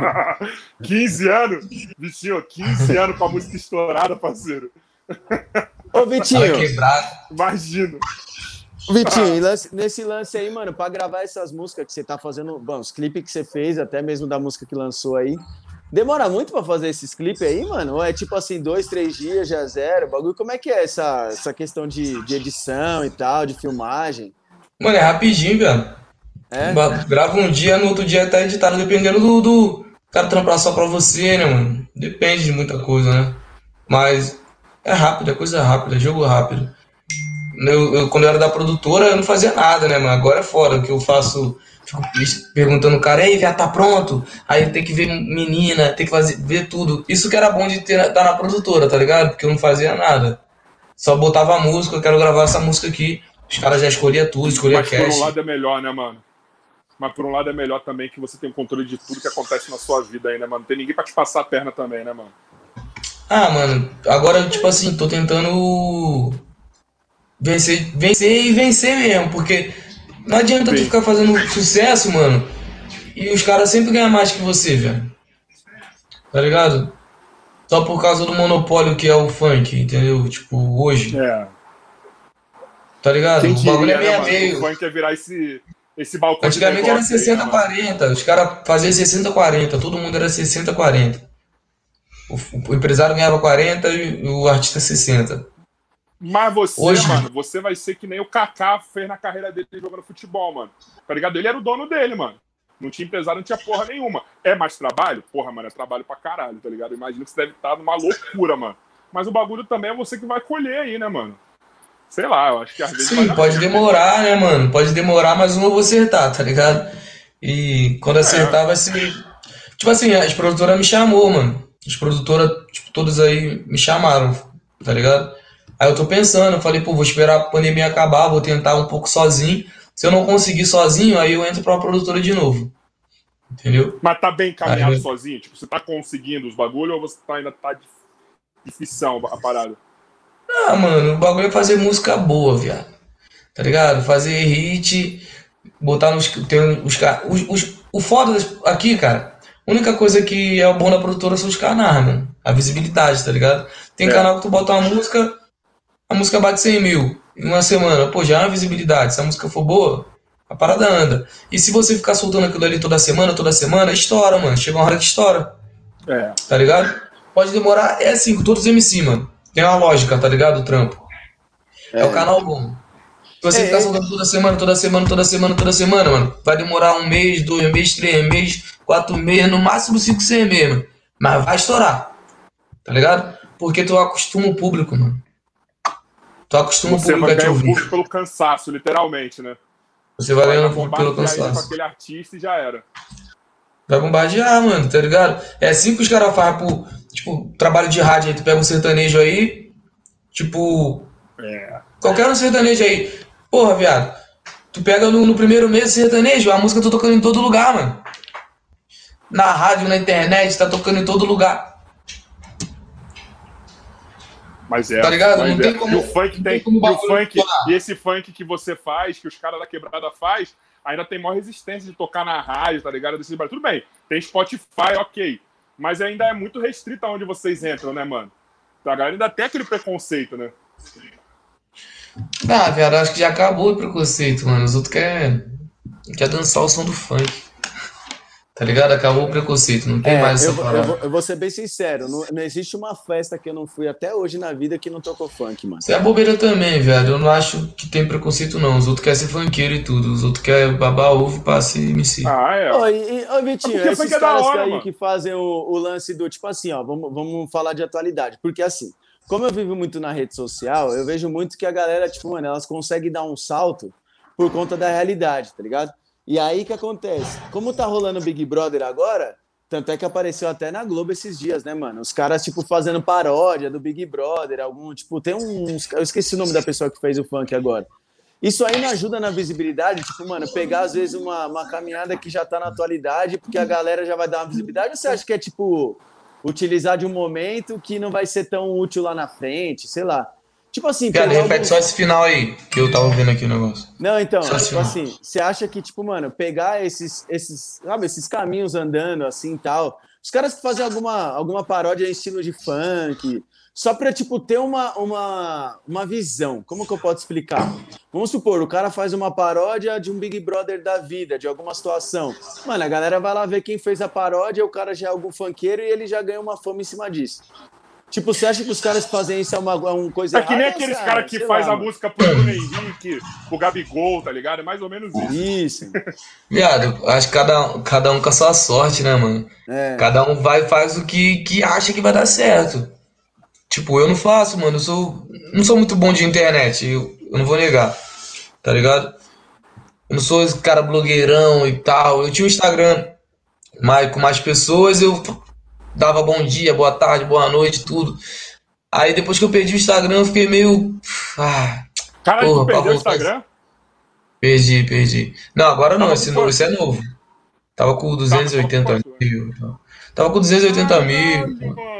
15 anos? Bichinho, 15 anos com a música estourada, parceiro. Ô, Tava Vitinho, quebrado. Imagino. Vitinho, e nesse lance aí, mano, pra gravar essas músicas que você tá fazendo, bom, os clipes que você fez, até mesmo da música que lançou aí, demora muito pra fazer esses clipes aí, mano? Ou é tipo assim, 2, 3 dias já zero? O bagulho, como é que é essa questão de edição e tal, de filmagem? Mano, é rapidinho, velho. É? Grava um dia, no outro dia tá editado, dependendo do cara trampar só pra você, né, mano? Depende de muita coisa, né? Mas é rápido, é coisa rápida, é jogo rápido. Quando eu era da produtora, eu não fazia nada, né, mano? Agora é fora, que eu faço. Fico perguntando o cara, ei, já tá pronto? Aí tem que ver menina, tem que ver tudo. Isso que era bom de estar na produtora, tá ligado? Porque eu não fazia nada. Só botava a música, eu quero gravar essa música aqui. Os caras já escolhiam tudo, escolhiam Mas por um cast. lado é melhor, né, mano? Mas por um lado é melhor também que você tem o controle de tudo que acontece na sua vida aí, né, mano? Não tem ninguém pra te passar a perna também, né, mano? Ah, mano, agora, tipo assim, tô tentando vencer e vencer mesmo, porque não adianta tu Sim. ficar fazendo sucesso, mano, e os caras sempre ganham mais que você, velho. Tá ligado? Só por causa do monopólio que é o funk, entendeu? Tipo, hoje. É. Tá ligado? Quem O bagulho queria, é né, meio a mano? O meio. funk ia virar esse balcão Antigamente de era negócio aí, né, mano? 60-40, os caras faziam 60-40, todo mundo era 60-40. O empresário ganhava 40 e o artista 60. Mas você, Hoje- mano, você vai ser que nem o Kaká fez na carreira dele jogando futebol, mano. Tá ligado? Ele era o dono dele, mano. Não tinha empresário, não tinha porra nenhuma. É mais trabalho? Porra, mano, é trabalho pra caralho, tá ligado? Imagino que você deve estar numa loucura, mano. Mas o bagulho também é você que vai colher aí, né, mano? Sei lá, eu acho que às vezes vai Sim, dar pode certo. demorar, né, mano? Pode demorar, mas eu não vou acertar, tá ligado? E quando acertar vai ser. Tipo assim, as produtoras me chamou, mano. As produtoras, tipo, todas aí me chamaram, tá ligado? Aí eu tô pensando, eu falei, pô, vou esperar a pandemia acabar, vou tentar um pouco sozinho. Se eu não conseguir sozinho, aí eu entro pra uma produtora de novo. Entendeu? Mas tá bem encaminhado Aí- sozinho? Tipo, você tá conseguindo os bagulhos ou você ainda tá de ficção a parada? Ah, mano, o bagulho é fazer música boa, viado. Tá ligado? Fazer hit, botar nos. Tem o foda aqui, cara. A única coisa que é bom da produtora são os canais, mano. A visibilidade, tá ligado? Tem É. canal que tu bota uma música, a música bate 100 mil em uma semana. Pô, já é uma visibilidade. Se a música for boa, a parada anda. E se você ficar soltando aquilo ali toda semana, estoura, mano. Chega uma hora que estoura, É. tá ligado? Pode demorar, é assim, com todos os MC, mano. Tem uma lógica, tá ligado? O trampo. É o canal bom. Se você ficar soltando toda semana, mano, vai demorar 1 mês, 2 meses, 3 meses, 4 meses, no máximo 5, 6 meses, mano. Mas vai estourar, tá ligado? Porque tu acostuma o público, mano. Tu acostuma o Você público vai a te ganhar o ouvir. público pelo cansaço, literalmente, né? Você vai ganhando o Vai público pelo bombardear ele com cansaço. aquele artista e já era. Vai bombardear, mano, tá ligado? É assim que os caras fazem por, tipo, trabalho de rádio aí. Tu pega um sertanejo aí, tipo, qualquer um sertanejo aí. Porra, viado, tu pega no primeiro mês sertanejo, a música tá tocando em todo lugar, mano. Na rádio, na internet, tá tocando em todo lugar. Mas é. Tá ligado? Mas Não tem como- E o funk não tem. tem como E o bagulho funk, funcionar. e esse funk que você faz, que os caras da quebrada faz, ainda tem maior resistência de tocar na rádio, tá ligado? Desse barulho. Tudo bem, tem Spotify, ok. Mas ainda é muito restrito aonde vocês entram, né, mano? Então, a galera ainda tem aquele preconceito, né? Ah, viado, acho que já acabou o preconceito, mano. Os outros quer dançar o som do funk. Tá ligado? Acabou o preconceito, não tem mais essa parada. eu vou ser bem sincero, não existe uma festa que eu não fui até hoje na vida que não tocou funk, mano. Isso é bobeira também, viado. Eu não acho que tem preconceito, não. Os outros querem ser funkeiro e tudo. Os outros querem babar ovo pra ser MC. Ah, é. Ô, Vitinho, Porque esses funk é da caras hora, aí mano. que fazem o lance do, tipo assim, ó, vamos falar de atualidade. Porque assim, como eu vivo muito na rede social, eu vejo muito que a galera, tipo, mano, elas conseguem dar um salto por conta da realidade, tá ligado? E aí que acontece? Como tá rolando o Big Brother agora, tanto é que apareceu até na Globo esses dias, né, mano? Os caras, tipo, fazendo paródia do Big Brother, tipo, tem uns... Eu esqueci o nome da pessoa que fez o funk agora. Isso aí não ajuda na visibilidade, tipo, mano, pegar às vezes uma caminhada que já tá na atualidade, porque a galera já vai dar uma visibilidade, ou você acha que é, tipo, utilizar de um momento que não vai ser tão útil lá na frente, sei lá. Tipo assim, Viado, pegar repete só esse final aí, que eu tava ouvindo aqui o negócio. Não, então, Só tipo assim. assim, você acha que, tipo, mano, pegar sabe, esses caminhos andando assim e tal, os caras que fazem alguma paródia em estilo de funk, só pra, tipo, ter uma visão. Como que eu posso explicar? Vamos supor, o cara faz uma paródia de um Big Brother da vida, de alguma situação. Mano, a galera vai lá ver quem fez a paródia, o cara já é algum funkeiro e ele já ganha uma fama em cima disso. Tipo, você acha que os caras que fazem isso é uma coisa É que nem errada, aqueles cara? caras que Sei faz lá, a mano. música pro Bruno Henrique, pro Gabigol, tá ligado? É mais ou menos isso. Isso. Viado, acho que cada um com a sua sorte, né, mano? É. Cada um vai e faz o que acha que vai dar certo. Tipo, eu não faço, mano. Não sou muito bom de internet, eu não vou negar, tá ligado? Eu não sou esse cara blogueirão e tal. Eu tinha um Instagram com mais pessoas, eu dava bom dia, boa tarde, boa noite, tudo. Aí depois que eu perdi o Instagram, eu fiquei meio. Ah, Caralho, porra, tu perdeu pra o voltar. Instagram? Perdi. Não, agora não, Tava esse com é novo. Tava com 280 Tava com quanto? mil. Tava com 280 mil. Caralho, mano.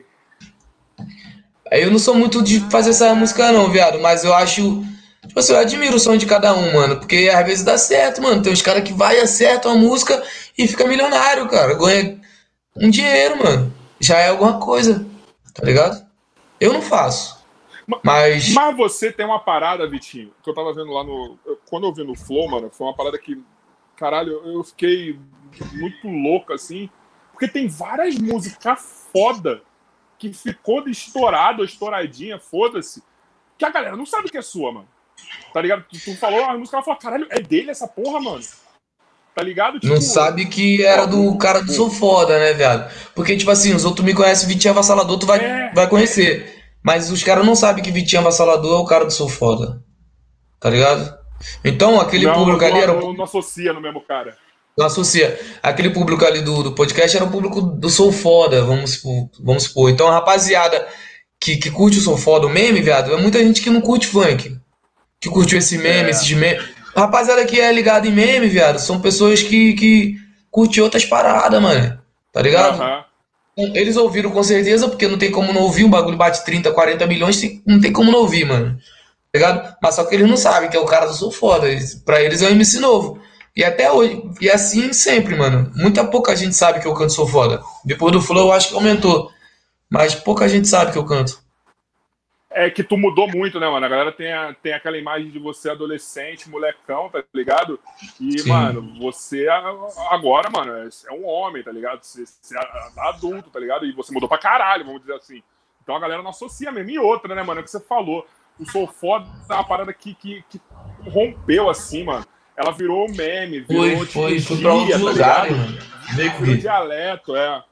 Aí eu não sou muito de fazer essa música não, viado, mas eu acho. Tipo assim, eu admiro o som de cada um, mano. Porque às vezes dá certo, mano. Tem uns caras que vai, acertam a música e fica milionário, cara. Ganha um dinheiro, mano. Já é alguma coisa, tá ligado? Eu não faço. Mas. Mas você tem uma parada, Vitinho, que eu tava vendo lá no. Quando eu vi no Flow, mano, foi uma parada que. Caralho, eu fiquei muito louco, assim. Porque tem várias músicas foda que ficou estourada, estouradinha, foda-se, que a galera não sabe que é sua, mano. Tá ligado? Tu falou a música, ela falou, caralho, é dele essa porra, mano. Tá ligado? Tipo, Não sabe que era do cara do Sou Foda, né, viado? Porque, tipo assim, os outros me conhecem, Vitinho Avassalador, tu vai conhecer. Mas os caras não sabem que Vitinho Avassalador é o cara do Sou Foda. Tá ligado? Então, aquele público ali era. Não associa no mesmo cara. Não associa. Aquele público ali do podcast era o público do Sou Foda, vamos supor. Então, a rapaziada que curte o Sou Foda, o meme, viado, é muita gente que não curte funk. Que curtiu esse meme, esses memes. A rapaziada que é ligada em meme, viado, são pessoas que curtem outras paradas, mano. Tá ligado? Aham. Eles ouviram com certeza, porque não tem como não ouvir, um bagulho bate 30, 40 milhões, não tem como não ouvir, mano. Tá ligado? Mas só que eles não sabem que é o cara do Sou Foda. Pra eles é um MC novo. E até hoje, e assim sempre, mano. Muita pouca gente sabe que eu canto Sou Foda. Depois do Flow eu acho que aumentou. Mas pouca gente sabe que eu canto. É que tu mudou muito, né, mano? A galera tem aquela imagem de você adolescente, molecão, tá ligado? E, Sim. mano, você agora, mano, é um homem, tá ligado? Você é adulto, tá ligado? E você mudou pra caralho, vamos dizer assim. Então a galera não associa mesmo. E outra, né, mano? É o que você falou. O Sou Foda é uma parada que rompeu, assim, mano. Ela virou um meme, virou Foi tipo pra outros gíria, tá lugares, ligado? mano. Veio com Virou isso. dialeto, é.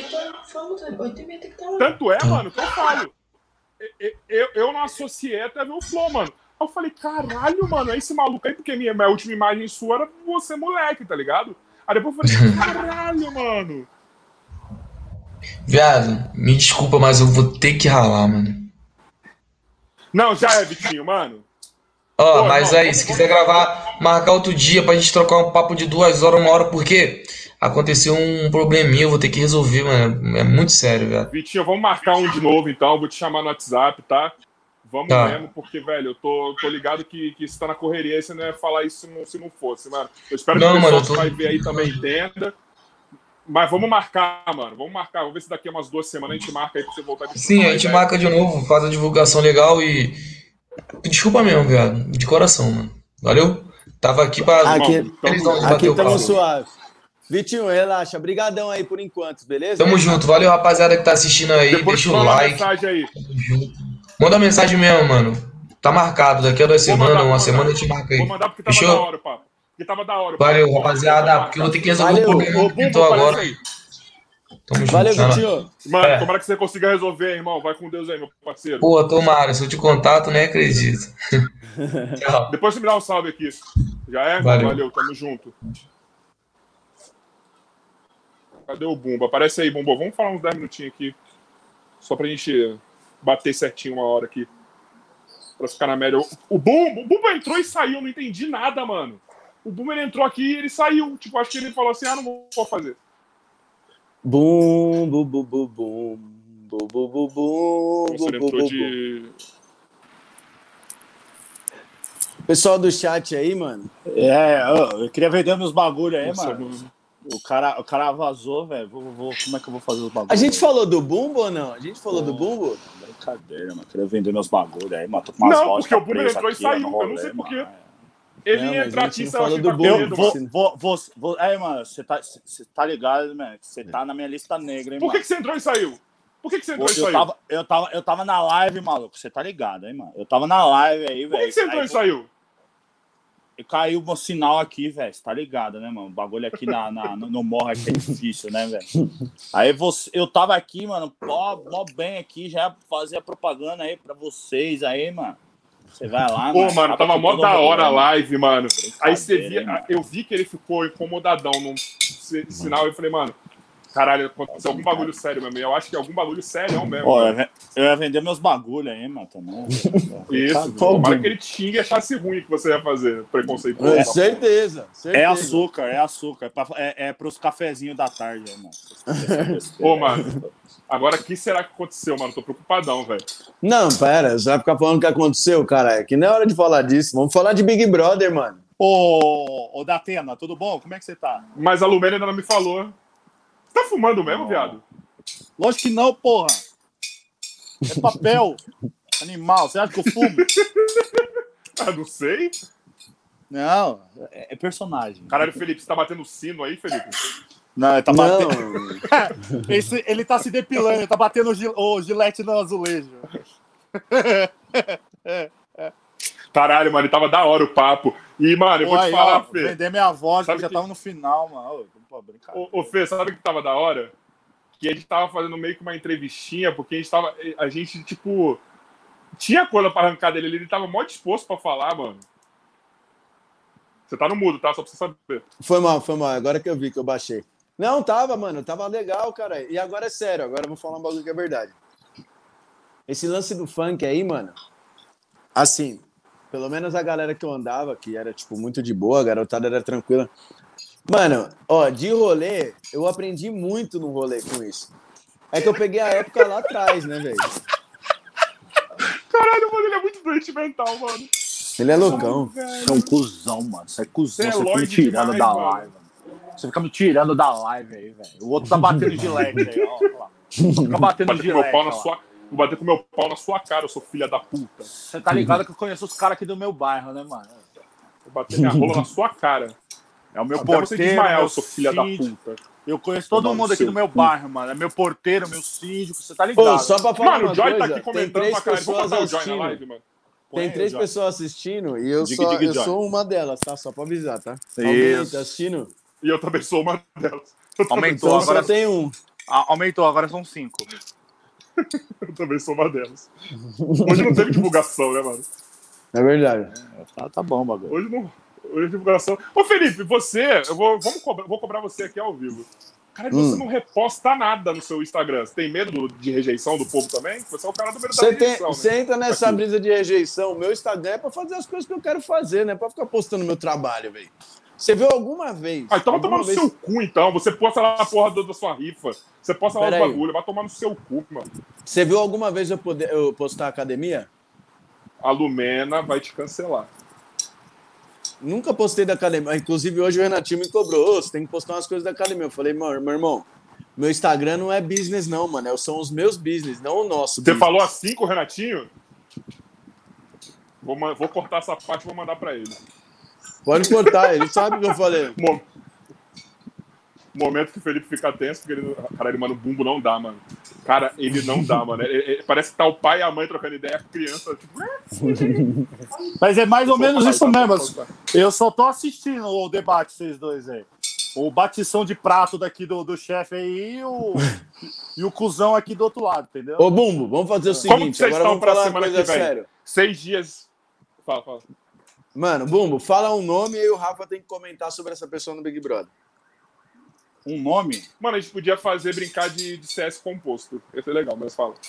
Tanto é, mano, que eu falo. Eu não associei até ver o Flow, mano. Aí eu falei, caralho, mano, é esse maluco aí, porque minha última imagem sua era você, moleque, tá ligado? Aí depois eu falei, caralho, mano. Viado, me desculpa, mas eu vou ter que ralar, mano. Não, já é, Vitinho, mano. Ó, Pô, mas irmão, aí, se quiser gravar, marcar outro dia pra gente trocar um papo de 2 horas, 1 hora, porque aconteceu um probleminha, eu vou ter que resolver, mano. É muito sério, velho. Vitinho, vamos marcar um de novo, então. Eu vou te chamar no WhatsApp, tá? Vamos Tá. mesmo, porque, velho, eu tô ligado que você tá na correria e você não ia falar isso se não fosse, mano. Eu espero que Não, o mano, pessoal eu tô- que vai ver aí também entenda. Mas vamos marcar, mano. Vamos marcar. Vamos ver se daqui a umas 2 semanas a gente marca aí pra você voltar de Sim, a gente marca de novo, faz a divulgação legal e. Desculpa mesmo, viado. De coração, mano. Valeu? Tava aqui pra. Aqui, Felizão de aqui bater o estamos papo. suave. Vitinho, relaxa. Brigadão aí por enquanto, beleza? Tamo junto. Valeu, rapaziada que tá assistindo aí. Depois Deixa te o manda uma like. mensagem aí. Tamo junto. Manda mensagem mesmo, mano. Tá marcado. Daqui a 2 Vou semanas, mandar, uma vou semana mandar. a gente marca aí. Vou mandar porque tava da Fechou? hora, papo. Porque tava da hora. papo. Valeu, Ó, rapaziada. vamos Porque eu marcar. vou ter que resolver Valeu. um problema Ô, que Bumbo, pintou aparece agora. aí. Tamo junto. Valeu, Tchau. Vitinho. Mano, É. tomara que você consiga resolver, irmão. Vai com Deus aí, meu parceiro. Pô, tomara. Se eu te contato, nem acredito. Tchau. Depois você me dá um salve aqui. Já é? Valeu. Valeu, tamo junto. Cadê o Bumbo? Aparece aí, Bumbo. Vamos falar uns 10 minutinhos aqui. Só pra gente bater certinho uma hora aqui. Pra ficar na média. O Bumbo entrou e saiu. Eu não entendi nada, mano. O Bumbo ele entrou aqui e ele saiu. Tipo, acho que ele falou assim: não vou fazer. Bum, bum, bum, bum, bum. Bum, bum, bum, bum, Nossa, ele bum, entrou bum, de. Pessoal do chat aí, mano. Eu queria vender meus bagulho aí, Nossa, mano. O cara vazou, velho. Como é que eu vou fazer os bagulhos? A gente falou do Bumbo ou não? A gente falou do Bumbo? Brincadeira, mano. Queria vender meus bagulho aí, mano. Tô com umas Não, lojas porque o Bumbo presas entrou e aqui, saiu. no Eu não rolê, sei por quê. mano. Ele Não, ia mas entrar a aqui gente e não saiu. falou Acho que do tá com Bumbo. medo, mano. Mano, você tá ligado, mano? Você tá na minha lista negra, hein, Por mano? que você entrou e saiu? Por que você entrou e saiu? Eu tava na live, maluco. Você tá ligado, hein, mano? Eu tava na live aí, velho. Por que você entrou Aí, e saiu? caiu o sinal aqui, velho. Você tá ligado, né, mano? O bagulho aqui no morro aqui é difícil, né, velho? Aí eu tava aqui, mano, mó bem aqui, já fazia propaganda aí pra vocês aí, mano. Você vai lá, Pô, mano, tava aqui mó todo da rolê, hora a mano. live, mano. Aí você Brincadeira, hein, via, mano. eu vi que ele ficou incomodadão num sinal. Eu falei, mano, caralho, aconteceu algum bagulho sério mesmo. Eu acho que é algum bagulho sério mesmo. Ó, mano. eu ia vender meus bagulho aí, mano, também. Isso, tomara que ele xingue e achasse ruim o que você ia fazer. Preconceituoso. É, certeza. É açúcar. É pros cafezinhos da tarde, aí, mano. Ô, mano, agora o que será que aconteceu, mano? Tô preocupadão, velho. Não, pera, você vai ficar falando o que aconteceu, cara. Que não é hora de falar disso. Vamos falar de Big Brother, mano. Ô, Datena, tudo bom? Como é que você tá? Mas a Lumena ainda não me falou. Você tá fumando mesmo, viado? Lógico que não, porra. É papel. Animal. Você acha que eu fumo? Ah, não sei. Não, é personagem. Caralho, Felipe, você tá batendo sino aí, Felipe? Não, ele tá Não, batendo. Ele tá se depilando, ele tá batendo o gilete no azulejo. Caralho, mano, tava da hora o papo. E, mano, eu vou te Aí, falar, ó, Fê. vender minha voz, Sabe que já que- tava no final, mano. Pô, brincadeira. Ô, Fê, sabe o que tava da hora? Que a gente tava fazendo meio que uma entrevistinha, porque a gente, tipo, tinha coisa pra arrancar dele, ele tava mó disposto pra falar, mano. Você tá no mudo, tá? Só pra você saber. foi mal. Agora que eu vi que eu baixei. Não, tava, mano. Tava legal, cara. E agora é sério. Agora eu vou falar um bagulho que é verdade. Esse lance do funk aí, mano. Assim, pelo menos a galera que eu andava, que era, tipo, muito de boa, a garotada era tranquila. Mano, ó, de rolê, eu aprendi muito no rolê com isso. É que eu peguei a época lá atrás, né, velho? Caralho, mano, ele é muito doente mental, mano. Ele é loucão. Você é um cuzão, mano. Você é cuzão. Você é Você fica me Lloyd tirando demais, da mano. live. Você fica me tirando da live aí, velho. O outro tá batendo de leque aí, ó. Fica batendo Bater de com meu leque, pau na ó. sua... Vou bater com meu pau na sua cara, eu sou filha da puta. Você tá ligado que eu conheço os caras aqui do meu bairro, né, mano? Vou bater minha rola na sua cara. É o meu Até você porteiro, desmaiar, meu eu sou filha da síndico. puta. Eu conheço todo Tomar mundo no aqui seu do meu cu. bairro, mano. É meu porteiro, meu síndico, você tá ligado. Pô, só pra falar Mano, uma o Joy coisa, tá aqui tem comentando 3 pra caralho. Vamos pessoas botar o Joy na assistindo. live, mano? Tem 3 pessoas assistindo e eu Diga, Joy. sou uma delas, tá? Só pra avisar, tá? Isso. Alguém tá assistindo? E eu também sou uma delas. Eu também Aumentou, sou Então uma agora- só tem um. Aumentou, agora são 5. Eu também sou uma delas. Hoje não teve divulgação, né, mano? É verdade. Tá bom o bagulho. Hoje não. Hoje divulgação. Ô, Felipe, você. Vou cobrar você aqui ao vivo. Cara, você não reposta nada no seu Instagram. Você tem medo de rejeição do povo também? Você é o cara do medo da rejeição. Você né? entra nessa Aqui. brisa de rejeição. Meu Instagram é pra fazer as coisas que eu quero fazer, né? Pra ficar postando meu trabalho, velho. Você viu alguma vez? Ah, então vai tomar alguma no vez- seu cu, então. Você posta lá a porra da sua rifa. Você posta lá os Pera aí. bagulho. Vai tomar no seu cu, mano. Você viu alguma vez eu postar academia? A Lumena vai te cancelar. Nunca postei da academia. Inclusive, hoje o Renatinho me cobrou. Ô, você tem que postar umas coisas da academia. Eu falei, meu irmão, meu Instagram não é business, não, mano. São os meus business, não o nosso Você business. falou assim com o Renatinho? Vou cortar essa parte e vou mandar pra ele. Pode cortar, ele sabe o que eu falei. Momento que o Felipe fica tenso, porque ele. Caralho, mano, o bumbo não dá, mano. Cara, ele não dá, mano. Parece que tá o pai e a mãe trocando ideia, a criança, tipo. Mas é mais ou menos isso Tá, mesmo. tá, tá. Eu só tô assistindo o debate, vocês dois aí. O batição de prato daqui do chefe aí e o cuzão aqui do outro lado, entendeu? Ô, Bumbo, vamos fazer o Como que seguinte. vocês Agora estão vamos pra falar uma semana coisa que vem? séria. 6 dias. Fala. Mano, Bumbo, fala um nome e o Rafa tem que comentar sobre essa pessoa no Big Brother. Um nome? Mano, a gente podia brincar de CS composto. Ia ser legal, mas fala.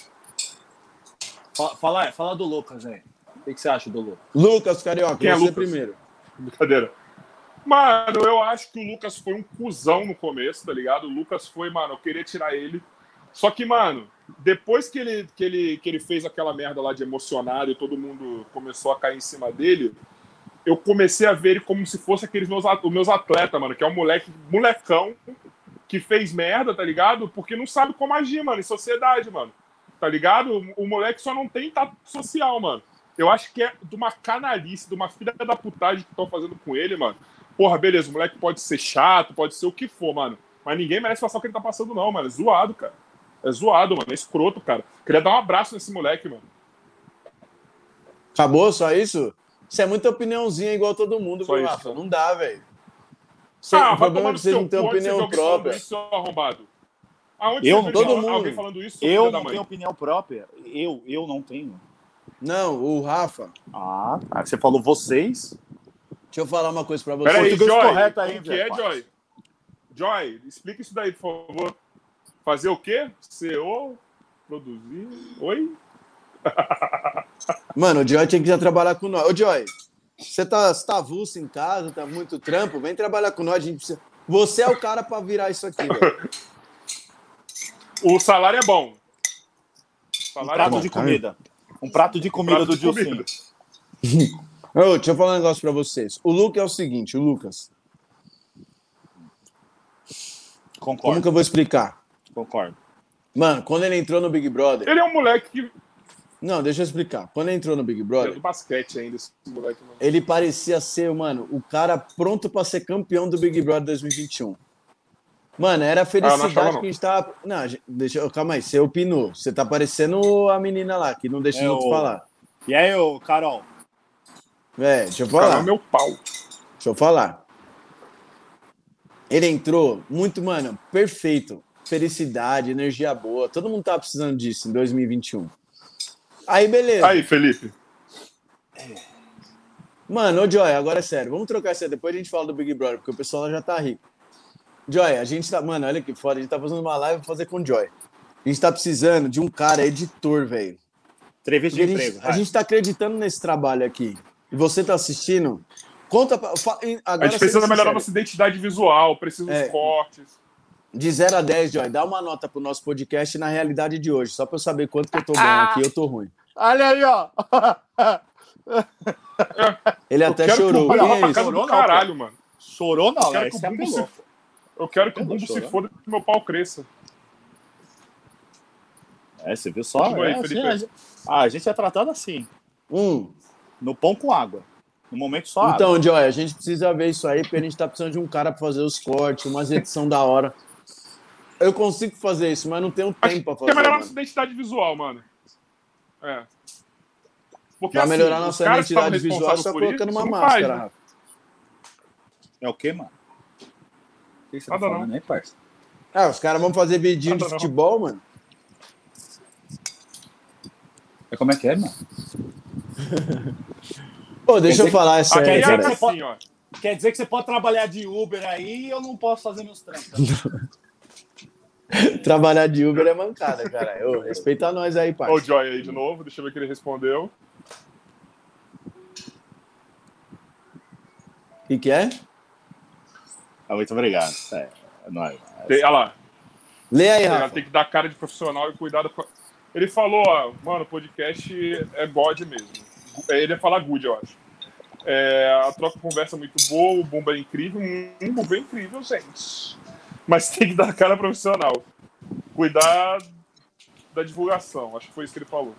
Fala do Lucas aí. O que você acha do Lucas? Lucas Carioca, Quem é você Lucas? primeiro. Brincadeira. Mano, eu acho que o Lucas foi um cuzão no começo, tá ligado? O Lucas foi, mano, eu queria tirar ele. Só que, mano, depois que ele fez aquela merda lá de emocionado e todo mundo começou a cair em cima dele, eu comecei a ver ele como se fosse os meus atletas, mano, que é um molecão que fez merda, tá ligado? Porque não sabe como agir, mano, em sociedade, mano. Tá ligado? O moleque só não tem tato social, mano. Eu acho que é de uma canalice, de uma filha da putagem que estão fazendo com ele, mano. Porra, beleza, o moleque pode ser chato, pode ser o que for, mano. Mas ninguém merece passar o que ele tá passando, não, mano. É zoado, cara. É zoado, mano. É escroto, cara. Queria dar um abraço nesse moleque, mano. Acabou, só isso? Isso é muita opiniãozinha igual todo mundo, Só viu, isso. Rafa? Não dá, velho. O Vai problema tomar é no que vocês seu não têm cu, onde você vê opinião alguém falando própria. isso, seu arrombado? Aonde Eu você não- vê todo mundo. alguém falando isso, seu Eu filho da não mãe? tenho opinião própria. Eu não tenho. Não, o Rafa. Ah, tá. Você falou vocês. Deixa eu falar uma coisa pra você. Peraí, Português Joy. correto aí, Como que velho, é, pai. Joy? Joy, explica isso daí, por favor. Fazer o quê? CEO? Produzir? Oi? Mano, o Joy tinha que já trabalhar com nós. Ô, Joy, você tá avulso em casa, tá muito trampo, vem trabalhar com nós. A gente precisa... Você é o cara pra virar isso aqui, velho. O salário é bom. Um Salário prato é bom. de comida. Um prato de comida Prato do de comida. Dilcinho. Ô, deixa eu falar um negócio pra vocês. O Luke é o seguinte, o Lucas. Como Concordo, que eu vou explicar? concordo. Mano, quando ele entrou no Big Brother... Ele é um moleque que Não, deixa eu explicar. Quando ele entrou no Big é Brother, do basquete ainda, esse moleque. Mano. ele parecia ser, mano, o cara pronto pra ser campeão do Big Brother 2021. Mano, era a não felicidade achava, não. que a gente tava... Não, calma aí, você opinou. Você tá parecendo a menina lá, que não deixa os outros falar. E aí, ô, Carol? Deixa eu Cara, falar. é meu pau. Deixa eu falar. Ele entrou muito, mano, perfeito. Felicidade, energia boa. Todo mundo tava precisando disso em 2021. Aí, beleza. Aí, Felipe. Mano, ô Joy, agora é sério. Vamos trocar essa. Depois a gente fala do Big Brother, porque o pessoal já tá rico. Joy, a gente tá... Mano, olha que foda. A gente tá fazendo uma live pra fazer com o Joy. A gente tá precisando de um cara editor, velho. Entrevista de Porque emprego. a gente tá acreditando nesse trabalho aqui. E você tá assistindo? Conta pra... A gente precisa melhorar nossa identidade visual, precisa dos cortes. De 0 a 10, Joy, dá uma nota pro nosso podcast na realidade de hoje, só pra eu saber quanto que eu tô bom aqui e eu tô ruim. Olha aí, ó. Ele até chorou. Olha, Quem é Rafa, isso? cara do caralho, mano. Chorou não, Eu quero né? que o Esse Bumbo apelou. eu quero que o Apelou, Bumbo se chorou. foda e meu pau cresça. Você viu só? Continua aí, Assim, Felipe. a gente é tratado assim, no pão com água. No momento só água. Então, Joy, a gente precisa ver isso aí, porque a gente tá precisando de um cara pra fazer os cortes, umas edição da hora. Eu consigo fazer isso, mas não tenho Acho tempo pra que fazer. é melhorar mano. nossa identidade visual, mano. É. Porque, Pra melhorar os nossa caras que estavam identidade visual, é só responsáveis por colocando isso, uma não máscara, faz, né? Rafa. É o quê, mano? O que você tá Nada não. falando aí, parça? Os caras vão fazer vidinho de Nada não. futebol, mano. Como é que é, mano? Pô, deixa eu falar essa Aqui aí, é cara. assim, ó. Quer dizer que você pode trabalhar de Uber aí e eu não posso fazer meus trampos. Trabalhar de Uber é mancada, cara. Ô, respeita nós aí, Ó o parça. Joy aí de novo, deixa eu ver o que ele respondeu. O que é? Muito obrigado. É nóis. Olha lá, Lê aí, ela Rafa. tem que dar cara de profissional e cuidado com... Ele falou, ó, mano, o podcast é God mesmo. Ele ia falar good, eu acho. A troca de conversa é muito boa, o Bumbo é incrível. O Bumbo é incrível, gente. Mas tem que dar cara profissional. Cuidar da divulgação, acho que foi isso que ele falou.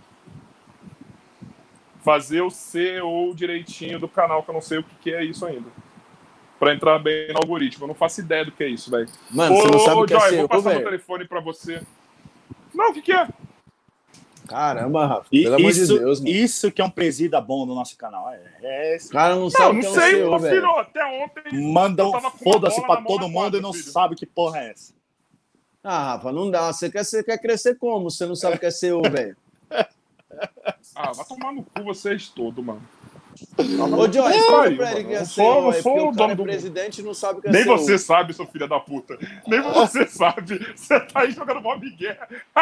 Fazer o CEO direitinho do canal, que eu não sei o que é isso ainda. Pra entrar bem no algoritmo. Eu não faço ideia do que é isso, velho. Mano, você não sabe o que é Joy, CEO, vou passar meu velho? telefone pra você. Não, o que é? Caramba, Rafa. E Pelo amor isso, de Deus, mano. isso que é um presida bom do nosso canal. O cara não Não, sabe o não que é um sei, CEO, meu velho. filho. Até ontem. Manda eu um tava com uma foda-se bola pra na mão todo na mundo quadra, e não filho. sabe que porra é essa. Rafa, não dá. Você quer crescer como? Você não sabe o que é CEO, velho. Vai tomar no cu vocês todos, mano. Ô, Joy, explica pra ele que é Não CEO sou aí, porque o o cara é dono do presidente e não sabe o que é Nem CEO. você sabe, seu filho da puta. Nem você sabe. Você tá aí jogando mó migué.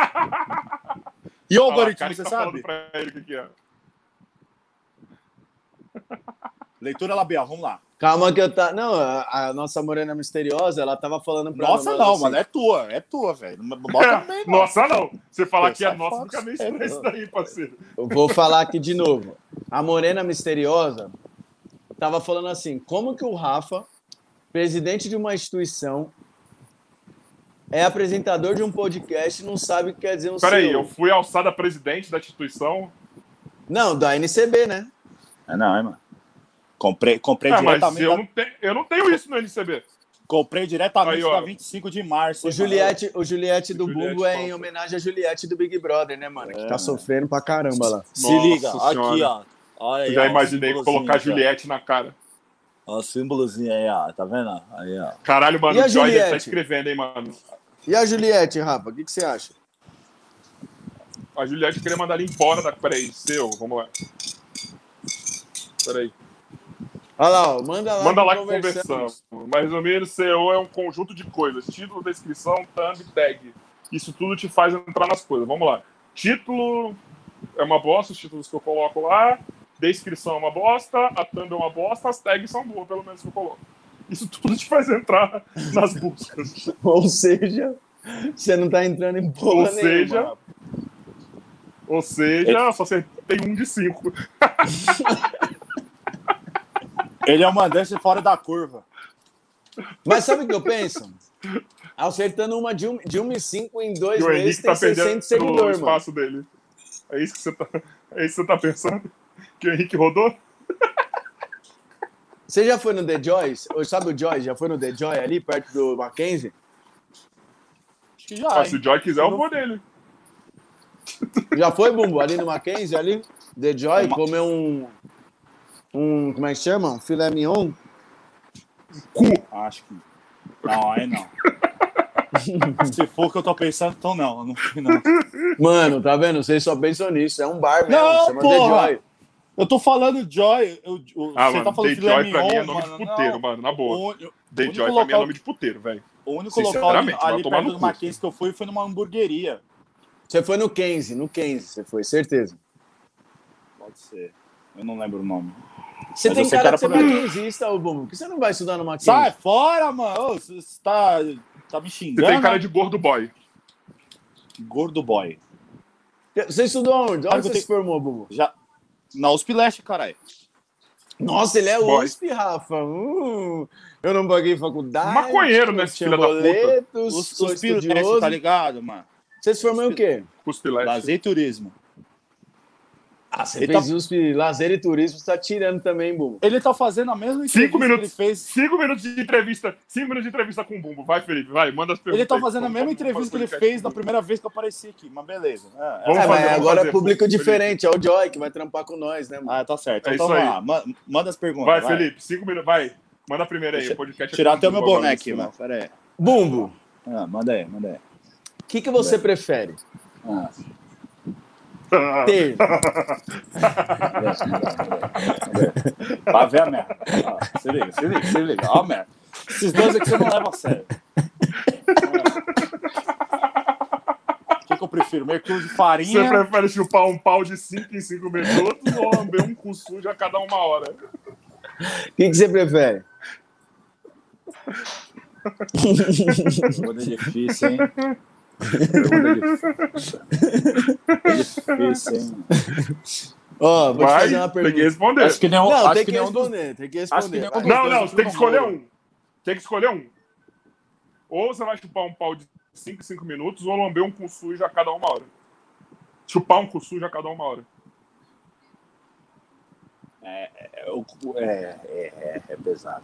E o Olha lá, algoritmo, cara que você tá sabe? falando pra ele o que é. Leitura labial, vamos lá. Calma que eu tá. Não, a nossa morena misteriosa, ela tava falando pra Nossa, nós não, assim, mano, é tua, velho. Não bota no meio, não. Nossa, não. Você falar que é Sai nossa, fora, fica meio sai estranho isso fora. daí, parceiro. Eu vou falar aqui de novo. A morena misteriosa tava falando assim: como que o Rafa, presidente de uma instituição, é apresentador de um podcast e não sabe o que quer dizer um Peraí, CEO? eu fui alçada presidente da instituição. Não, da NCB, né? Não, mano. Comprei Mas diretamente. eu não tenho isso no NCB. Comprei diretamente Aí, ó. da 25 de março. O hein, Juliette do Juliette Bumbo é em falsa. homenagem a Juliette do Big Brother, né, mano? Que É, tá sofrendo pra caramba lá. mano. Se Nossa liga, aqui, Senhora. ó. Olha aí, Eu já ó, imaginei símbolozinho colocar aqui, ó. Juliette na cara. Ó, o símbolozinho aí, ó. Tá vendo? Aí, ó. Caralho, mano, E a o Joy deve Juliette? tá escrevendo, hein, mano. E a Juliette, Rafa, o que você acha? A Juliette queria mandar ele embora da... Peraí, seu, vamos lá. Peraí. Olha lá, ó, manda lá que conversamos. Mas resumindo, CEO é um conjunto de coisas. Título, descrição, thumb, tag. Isso tudo te faz entrar nas coisas. Vamos lá. Título é uma bosta, os títulos que eu coloco lá. Descrição é uma bosta, a thumb é uma bosta, as tags são boas, pelo menos que eu coloco. Isso tudo te faz entrar nas buscas. Ou seja, você não tá entrando em porra nenhuma. Ou seja, eu só acertei 1 de 5. Ele é o mandante fora da curva. Mas sabe o que eu penso? Acertando uma de 1,5 em 2 E o meses Henrique tem tá perdendo 600 o seguidores, mano. espaço dele. É isso que você tá pensando? Que o Henrique rodou? Você já foi no The Joyce? Ou sabe o Joy? Já foi no The Joy ali, perto do Mackenzie? Acho que já. Se o Joy quiser, eu vou nele. Já foi, Bumbo? Ali no Mackenzie, ali? The Joy, comer um... Como é que chama? Um filé mignon? Acho que. Não, aí não. Se for o que eu tô pensando, então não. Não fui, não. Mano, tá vendo? Vocês só pensam nisso. É um bar mesmo, Não, chama porra! The Joy. Eu tô falando Joy. Você Mano, tá falando The filé Joy pra mim é mignon, nome mano, de puteiro, não. mano, na boa. O The único Joy pra mim é local- nome de puteiro, velho. único local Sinceramente, vai ali tomar perto no do cu. Mackenzie que eu fui foi numa hamburgueria. Você foi no Kenzie você foi, certeza. Pode ser. Eu não lembro o nome. Você Mas tem eu sei cara que de ser era por- maquinzista, ô Bumbo. Por que você não vai estudar no Mackenzie? Sai fora, mano! Ô, você tá Tá me Você xingando? tem cara de gordo boy. Gordo boy. Você estudou onde? Cara, Onde eu você se formou, Bubu? Já... Na USP Leste, caralho. Nossa, ele é Boy. USP, Rafa. Eu não paguei faculdade. Maconheiro, né, não esse tinha filho da puta? boletos, sou USP Leste, estudioso. tá ligado, mano? Você se formou em o quê? Cuspilete. Lazer e turismo. Ah, você Ele fez USP, lazer e turismo, você tá tirando também, Bubu. Ele tá fazendo a mesma entrevista 5 minutos. que ele fez. 5 minutos de entrevista. 5 minutos de entrevista com o Bumbo. Vai, Felipe, vai, manda as perguntas. Ele tá aí. fazendo a mesma Vamos entrevista que ele podcast. fez na primeira vez que eu apareci aqui, mas beleza. Vamos Mas fazer, agora fazer, é público Felipe. diferente, é o Joy que vai trampar com nós, né, mano? Ah, tá certo. É Então isso vamos aí. lá. Manda as perguntas. Vai, Felipe, 5 minutos. Vai, manda a primeira aí. O podcast é Tirar com até o o meu Bumbo boné agora, aqui, no mano. final. Pera aí. Bumbo, Manda aí. o que você prefere? Ah. Ter Vai ver a merda. Ah, se liga. Ó, a merda. Esses dois aqui você não leva a sério. O que eu prefiro? Meio quilo de Você farinha. prefere chupar um pau de 5 em 5 minutos ou lamber um cu sujo a cada 1 hora? o que você prefere? Pergunta difícil, hein? Difícil, hein? Ó, vou te Vai, fazer uma tem que pergunta. responder. Acho que nem Não, acho tem que que nenhum dos... responder, tem que Acho que responder. nenhum vai. dos- Não, dois você tem que não escolher vão. um. Tem que escolher um. Ou você vai chupar um pau de 5 em 5 minutos ou lamber um cu sujo a cada 1 hora. Chupar um cu sujo a cada 1 hora. É pesado.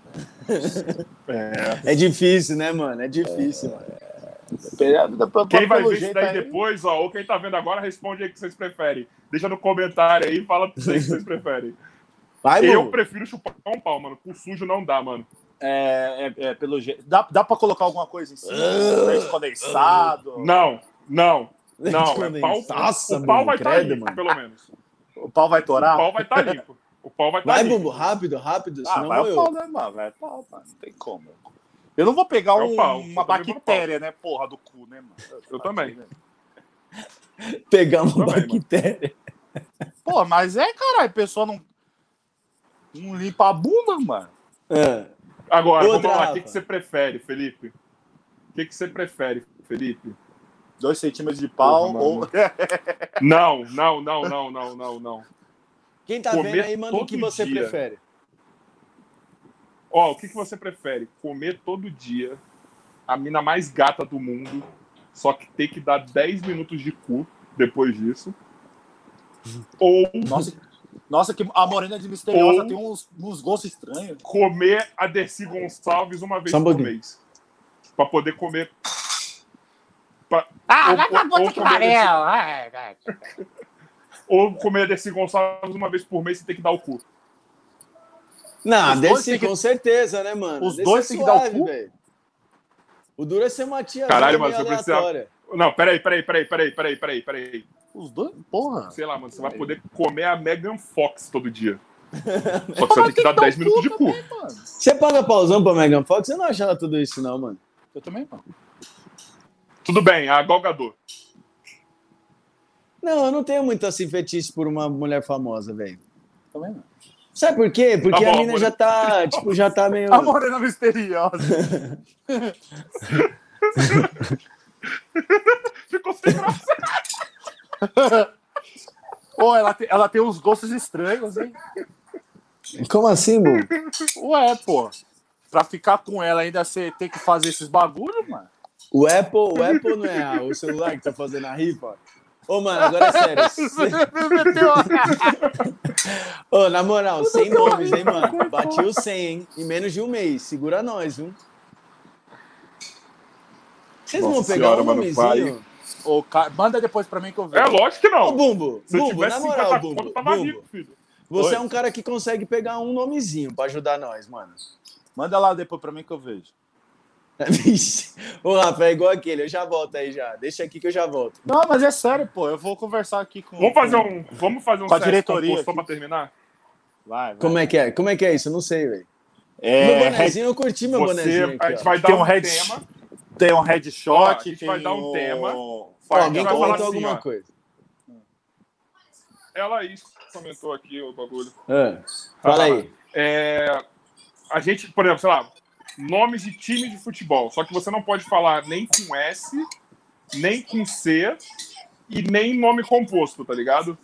É difícil, né, mano? É difícil, mano. Quem vai ver isso daí depois, ó, ou quem tá vendo agora, responde aí o que vocês preferem. Deixa no comentário aí e fala o que vocês preferem. Vai, Eu Bubu. prefiro chupar um pau, mano. Cu sujo não dá, mano. Pelo jeito. Dá pra colocar alguma coisa em cima? Leite condensado? Não. É pau, Nossa, o pau mano, vai estar credo, limpo, mano. pelo menos. O pau vai O torar? pau vai estar limpo. O pau vai estar Vai, limpo. Bubu, rápido, Ah, senão vai vou o pau, eu. né, mano? Vai o pau, mano. Não tem como. Eu não vou pegar Vai o pau. uma Eu também vou no bactéria, né, porra, do cu, né, mano? Eu também. Pegar uma Também, mano. bactéria. Pô, mas caralho, a pessoa não limpa a bunda, mano. É. Agora, Outra, vamos lá. O Rafa. que você prefere, Felipe? O que você prefere, Felipe? 2 centímetros de pau Porra, ou... Não. Quem tá Comer vendo aí, manda o que todo você dia. prefere. Ó, o que você prefere? Comer todo dia a mina mais gata do mundo, só que ter que dar 10 minutos de cu depois disso? Ou Nossa, que a morena de misteriosa Ou- tem uns gostos estranhos. comer a Dercy Gonçalves uma vez Só um por pouquinho. mês? Pra poder comer... Ou- vai pra ou puta que comer pariu! Ou comer a Dercy Gonçalves uma vez por mês e ter que dar o cu? Não, Os dois desse tem que- com certeza, né, mano? Os Desse dois é tem que dar o suave, cu? velho. O duro é ser uma tia Caralho, meio mano, você precisa- aleatória. Não, peraí. Os dois? Porra. Sei lá, mano, você vai poder comer a Megan Fox todo dia. Só que você vai ter que dar 10 minutos de cu. Mano. Você paga pausão pra Megan Fox? Eu não achava tudo isso, não, mano. Eu também não. Tudo bem, a Gal Gadot. Não, eu não tenho muito assim fetiche por uma mulher famosa, velho. Também não. Sabe por quê? Porque Tá bom, a mina amor. já tá, tipo, já tá meio... A morena misteriosa. Ficou sem graça. Pô, ela tem uns gostos estranhos, hein? Como assim, Bu? Ué, pô. Pra ficar com ela ainda você tem que fazer esses bagulho, mano. O Apple não é o celular que tá fazendo a rifa? Ô, mano, agora é sério. Ô, na moral, 100 nomes, hein, mano? Bati o 100, hein? Em menos de um mês. Segura nós, viu? Vocês Nossa vão pegar senhora, um mano, nomezinho? Ô, manda depois pra mim que eu vejo. É lógico que Ô, não. Bumbo, Se eu Bumbo, tivesse na 50 moral, conto, Bumbo, eu tava Bumbo. rico, filho. Você Oi. é um cara que consegue pegar um nomezinho pra ajudar nós, mano. Manda lá depois pra mim que eu vejo. Vixe. Ô, Rafa, é igual aquele. Eu já volto aí já. Deixa aqui que eu já volto. Não, mas é sério, pô. Eu vou conversar aqui com... Vamos fazer um Com a CS diretoria composto só aqui. pra terminar? Vai. Como é que é? Como é que é isso? Eu não sei, velho. Meu bonezinho, eu curti meu bonezinho A aqui, gente ó. vai dar Tem um um head- tema. Tem um headshot, Ó, a gente tem vai dar um tema. Ó, A gente alguém vai falar comentou assim, alguma ó. coisa. Ela aí comentou aqui o bagulho. Fala aí. A gente, por exemplo, sei lá, nomes de time de futebol. Só que você não pode falar nem com S, nem com C e nem nome composto, tá ligado?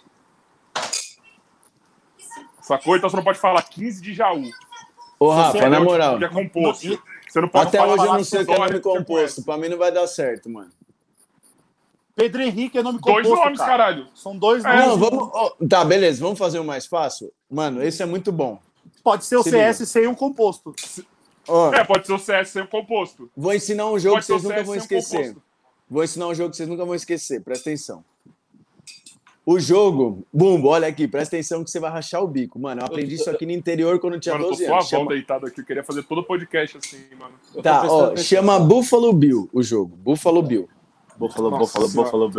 Sacou? Então você não pode falar 15 de Jaú. Ô, Rafa, na moral. Que é composto. Você não pode Até falar hoje eu não sei o que é nome Dória, composto. Pra mim não vai dar certo, mano. Pedro Henrique é nome composto, Dois nomes, cara. caralho. São dois É, Não, nomes. vamos. Tá, beleza, vamos fazer o mais fácil? Mano, esse é muito bom. Pode ser o Se CS liga. sem um composto. Ó, Pode ser o CS sem o composto. vou ensinar um jogo Pode que ser o vocês nunca CS vão sem o esquecer. composto. Vou ensinar um jogo que vocês nunca vão esquecer, presta atenção. O jogo, Bumbo, olha aqui, presta atenção que você vai rachar o bico. Mano, eu aprendi isso aqui no interior quando eu tinha Mano, eu tô 12 só a anos. volta deitado aqui. Eu queria fazer todo o podcast assim, mano. Tá, ó, chama Buffalo Bill o jogo. Buffalo Bill. Buffalo Bill. Buffalo,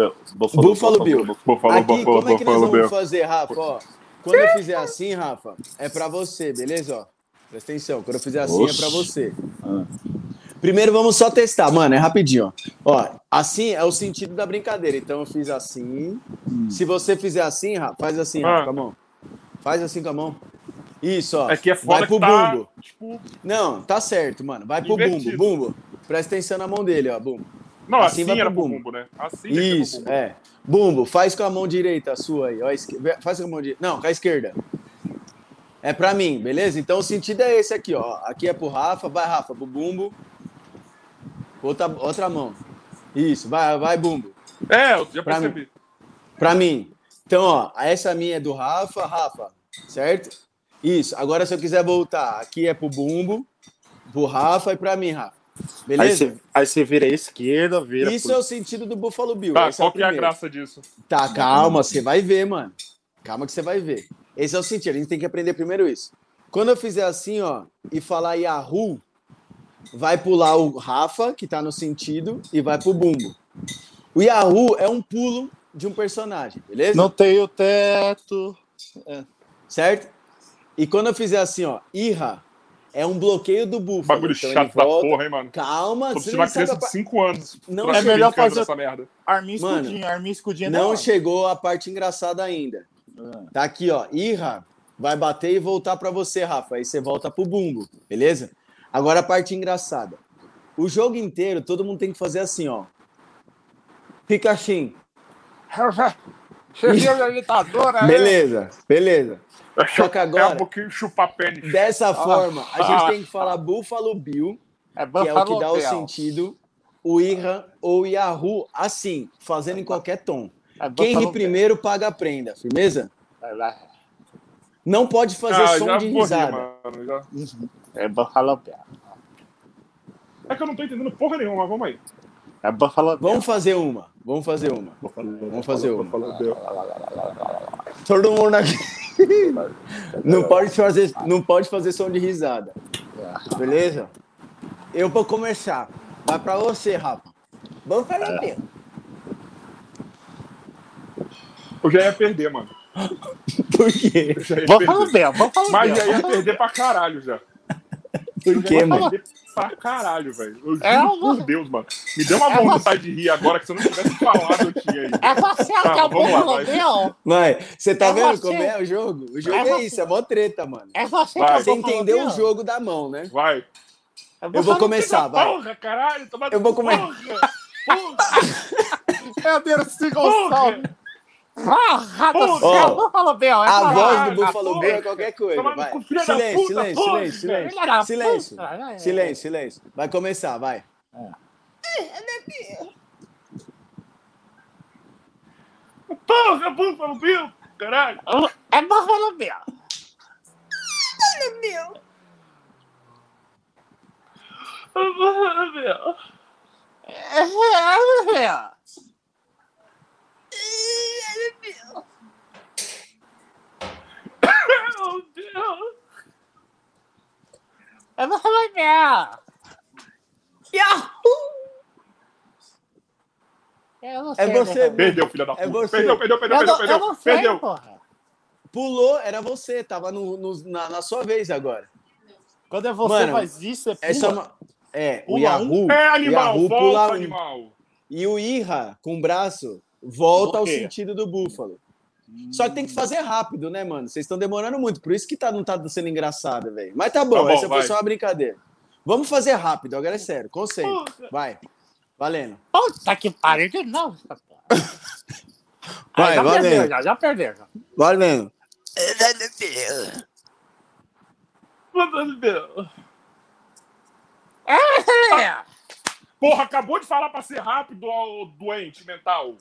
Aqui, como é que nós Buffalo, vamos fazer, Rafa? Ó, quando eu fizer assim, Rafa, é pra você, beleza? Ó, presta atenção, quando eu fizer assim é pra você. Primeiro vamos só testar, mano, é rapidinho, ó. Ó, assim é o sentido da brincadeira. Então eu fiz assim. Se você fizer assim, Rafa, faz assim, Rafa, com a mão. Faz assim com a mão. Isso, ó. É que é foda vai pro que tá, Bumbo. tipo... Não, tá certo, mano. Vai pro Invertido. Bumbo. Bumbo, presta atenção na mão dele, ó, Bumbo. Não, Assim assim, vai era pro pro Bumbo. Bumbo, né? Assim tem que ser Isso, pro Bumbo. é. Bumbo, faz com a mão direita a sua aí. Ó, faz com a mão direita. Não, com a esquerda. É pra mim, beleza? Então o sentido é esse aqui, ó. Aqui é pro Rafa. Vai, Rafa, pro Bumbo. Outra mão. Isso, vai, Bumbo. É, eu já Pra percebi. Pra mim. Então, ó, essa minha é do Rafa, certo? Isso. Agora, se eu quiser voltar, aqui é pro Bumbo, pro Rafa e pra mim, Rafa. Beleza? Aí você vira à esquerda, vira. Isso é o sentido do Buffalo Bill. Tá, Esse é o qual que é a primeiro. graça disso? Tá, calma, você vai ver, mano. Calma que você vai ver. Esse é o sentido, a gente tem que aprender primeiro isso. Quando eu fizer assim, ó, e falar Yahoo, vai pular o Rafa, que tá no sentido, e vai pro Bumbo. O Yahoo é um pulo de um personagem, beleza? Não tenho teto. Certo? E quando eu fizer assim, ó, Irra, é um bloqueio do Búfalo. Bagulho Então chato ele da volta. porra, hein, mano? Calma, Tô você precisando de não uma sabe criança a de 5 anos. Não, pra é ser melhor brincando fazer- essa merda. Arminha Mano, escudinha é da Não hora. chegou a parte engraçada ainda. Tá aqui, ó. Irra vai bater e voltar pra você, Rafa. Aí você volta pro Bumbo, beleza? Agora a parte engraçada. O jogo inteiro, todo mundo tem que fazer assim, ó. Fica assim. Você viu a ditadura? Beleza. Só que É agora, um pouquinho chupar pênis. dessa forma, a gente tem que falar Buffalo Bill, É que é o que dá o sentido, o Irra ou Yahoo, assim, fazendo em qualquer tom. Quem ri primeiro paga a prenda, firmeza? Não pode fazer som já de vou rir, risada. mano. Já. É Buffalo Bill. É que eu não tô entendendo porra nenhuma, mas vamos aí. É Buffalo Bill. Vamos fazer uma. Todo mundo aqui. Não pode fazer som de risada. Beleza? Eu vou começar. Vai pra você, Rafa. Vamos fazer o quê? Eu já ia perder, mano. Por quê? Eu já ia Buffalo perder. Bill, Buffalo Mas Bill. já ia perder pra caralho já. Por quê, Eu ia mano? perder pra caralho, velho. Eu juro É, por Deus, mano. Me deu uma vontade de rir agora que se eu não tivesse falado, eu tinha ido. É você Tá, que é o vamos lá, Buffalo vai. Bill? Vai, você tá É vendo você. como é o jogo? O jogo É é você. isso, é mó treta, mano. É você que é Vai. o Você Buffalo entendeu Bill? o jogo da mão, né? Vai. Eu vou começar, vai. Porra, caralho. Eu vou começar. Meu Deus, se Gonçalves. Porra do Porra. céu, Ó, Buffalo Bill. É A pra- voz Caralho, do Buffalo porra. Bill é qualquer coisa. Toma no Vai. cu, filha da Silêncio, puta, silêncio, porra, silêncio, silêncio. Filha da Silêncio. puta. Silêncio, silêncio. Vai começar, vai. Porra, Buffalo Bill. Caralho. É Buffalo Bill. Buffalo Bill. É Buffalo Bill. Meu Deus. É Buffalo Bill. Eu não É sei, você, Buffalo Bill. Perdeu, filha da puta. É você. Perdeu. Eu não sei, Perdeu. porra. Pulou, era você. Tava na sua vez agora. Quando é você Mano, faz isso, é pula. Essa é uma... É, o Pula Yahoo. É o animal, Yahoo volta pula um. animal. E o Irra, com o braço, volta ao Por quê? sentido do búfalo. Só que tem que fazer rápido, né, mano? Vocês estão demorando muito, por isso que não tá sendo engraçado, velho. Mas tá bom, Tá bom, essa foi vai. só uma brincadeira. Vamos fazer rápido, agora é sério. Conceito. Vai. Valendo. Puta que pariu de novo. Vai, já valendo. perdeu, já perdeu. Já. Valendo. É. Porra, acabou de falar pra ser rápido, ó, doente mental.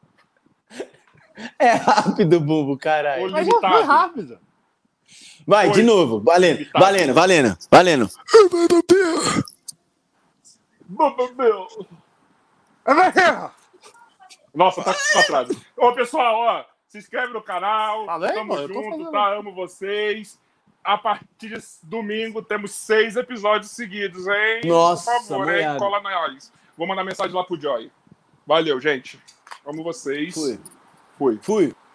É rápido, Bumbo, caralho. Mas já foi rápido. Vai, de novo. Valendo. Limitado. Valendo, valendo. Valendo. Nossa, tá com atraso. Ô, pessoal, ó, se inscreve no canal. Falei, Tamo mano, eu tô junto, fazendo. tá? Amo vocês. A partir de domingo temos 6 episódios seguidos, hein? Nossa, Por favor, hein? moiado. Cola nós. Vou mandar mensagem lá pro Joy. Valeu, gente. Amo vocês. Fui. Fui. Fui.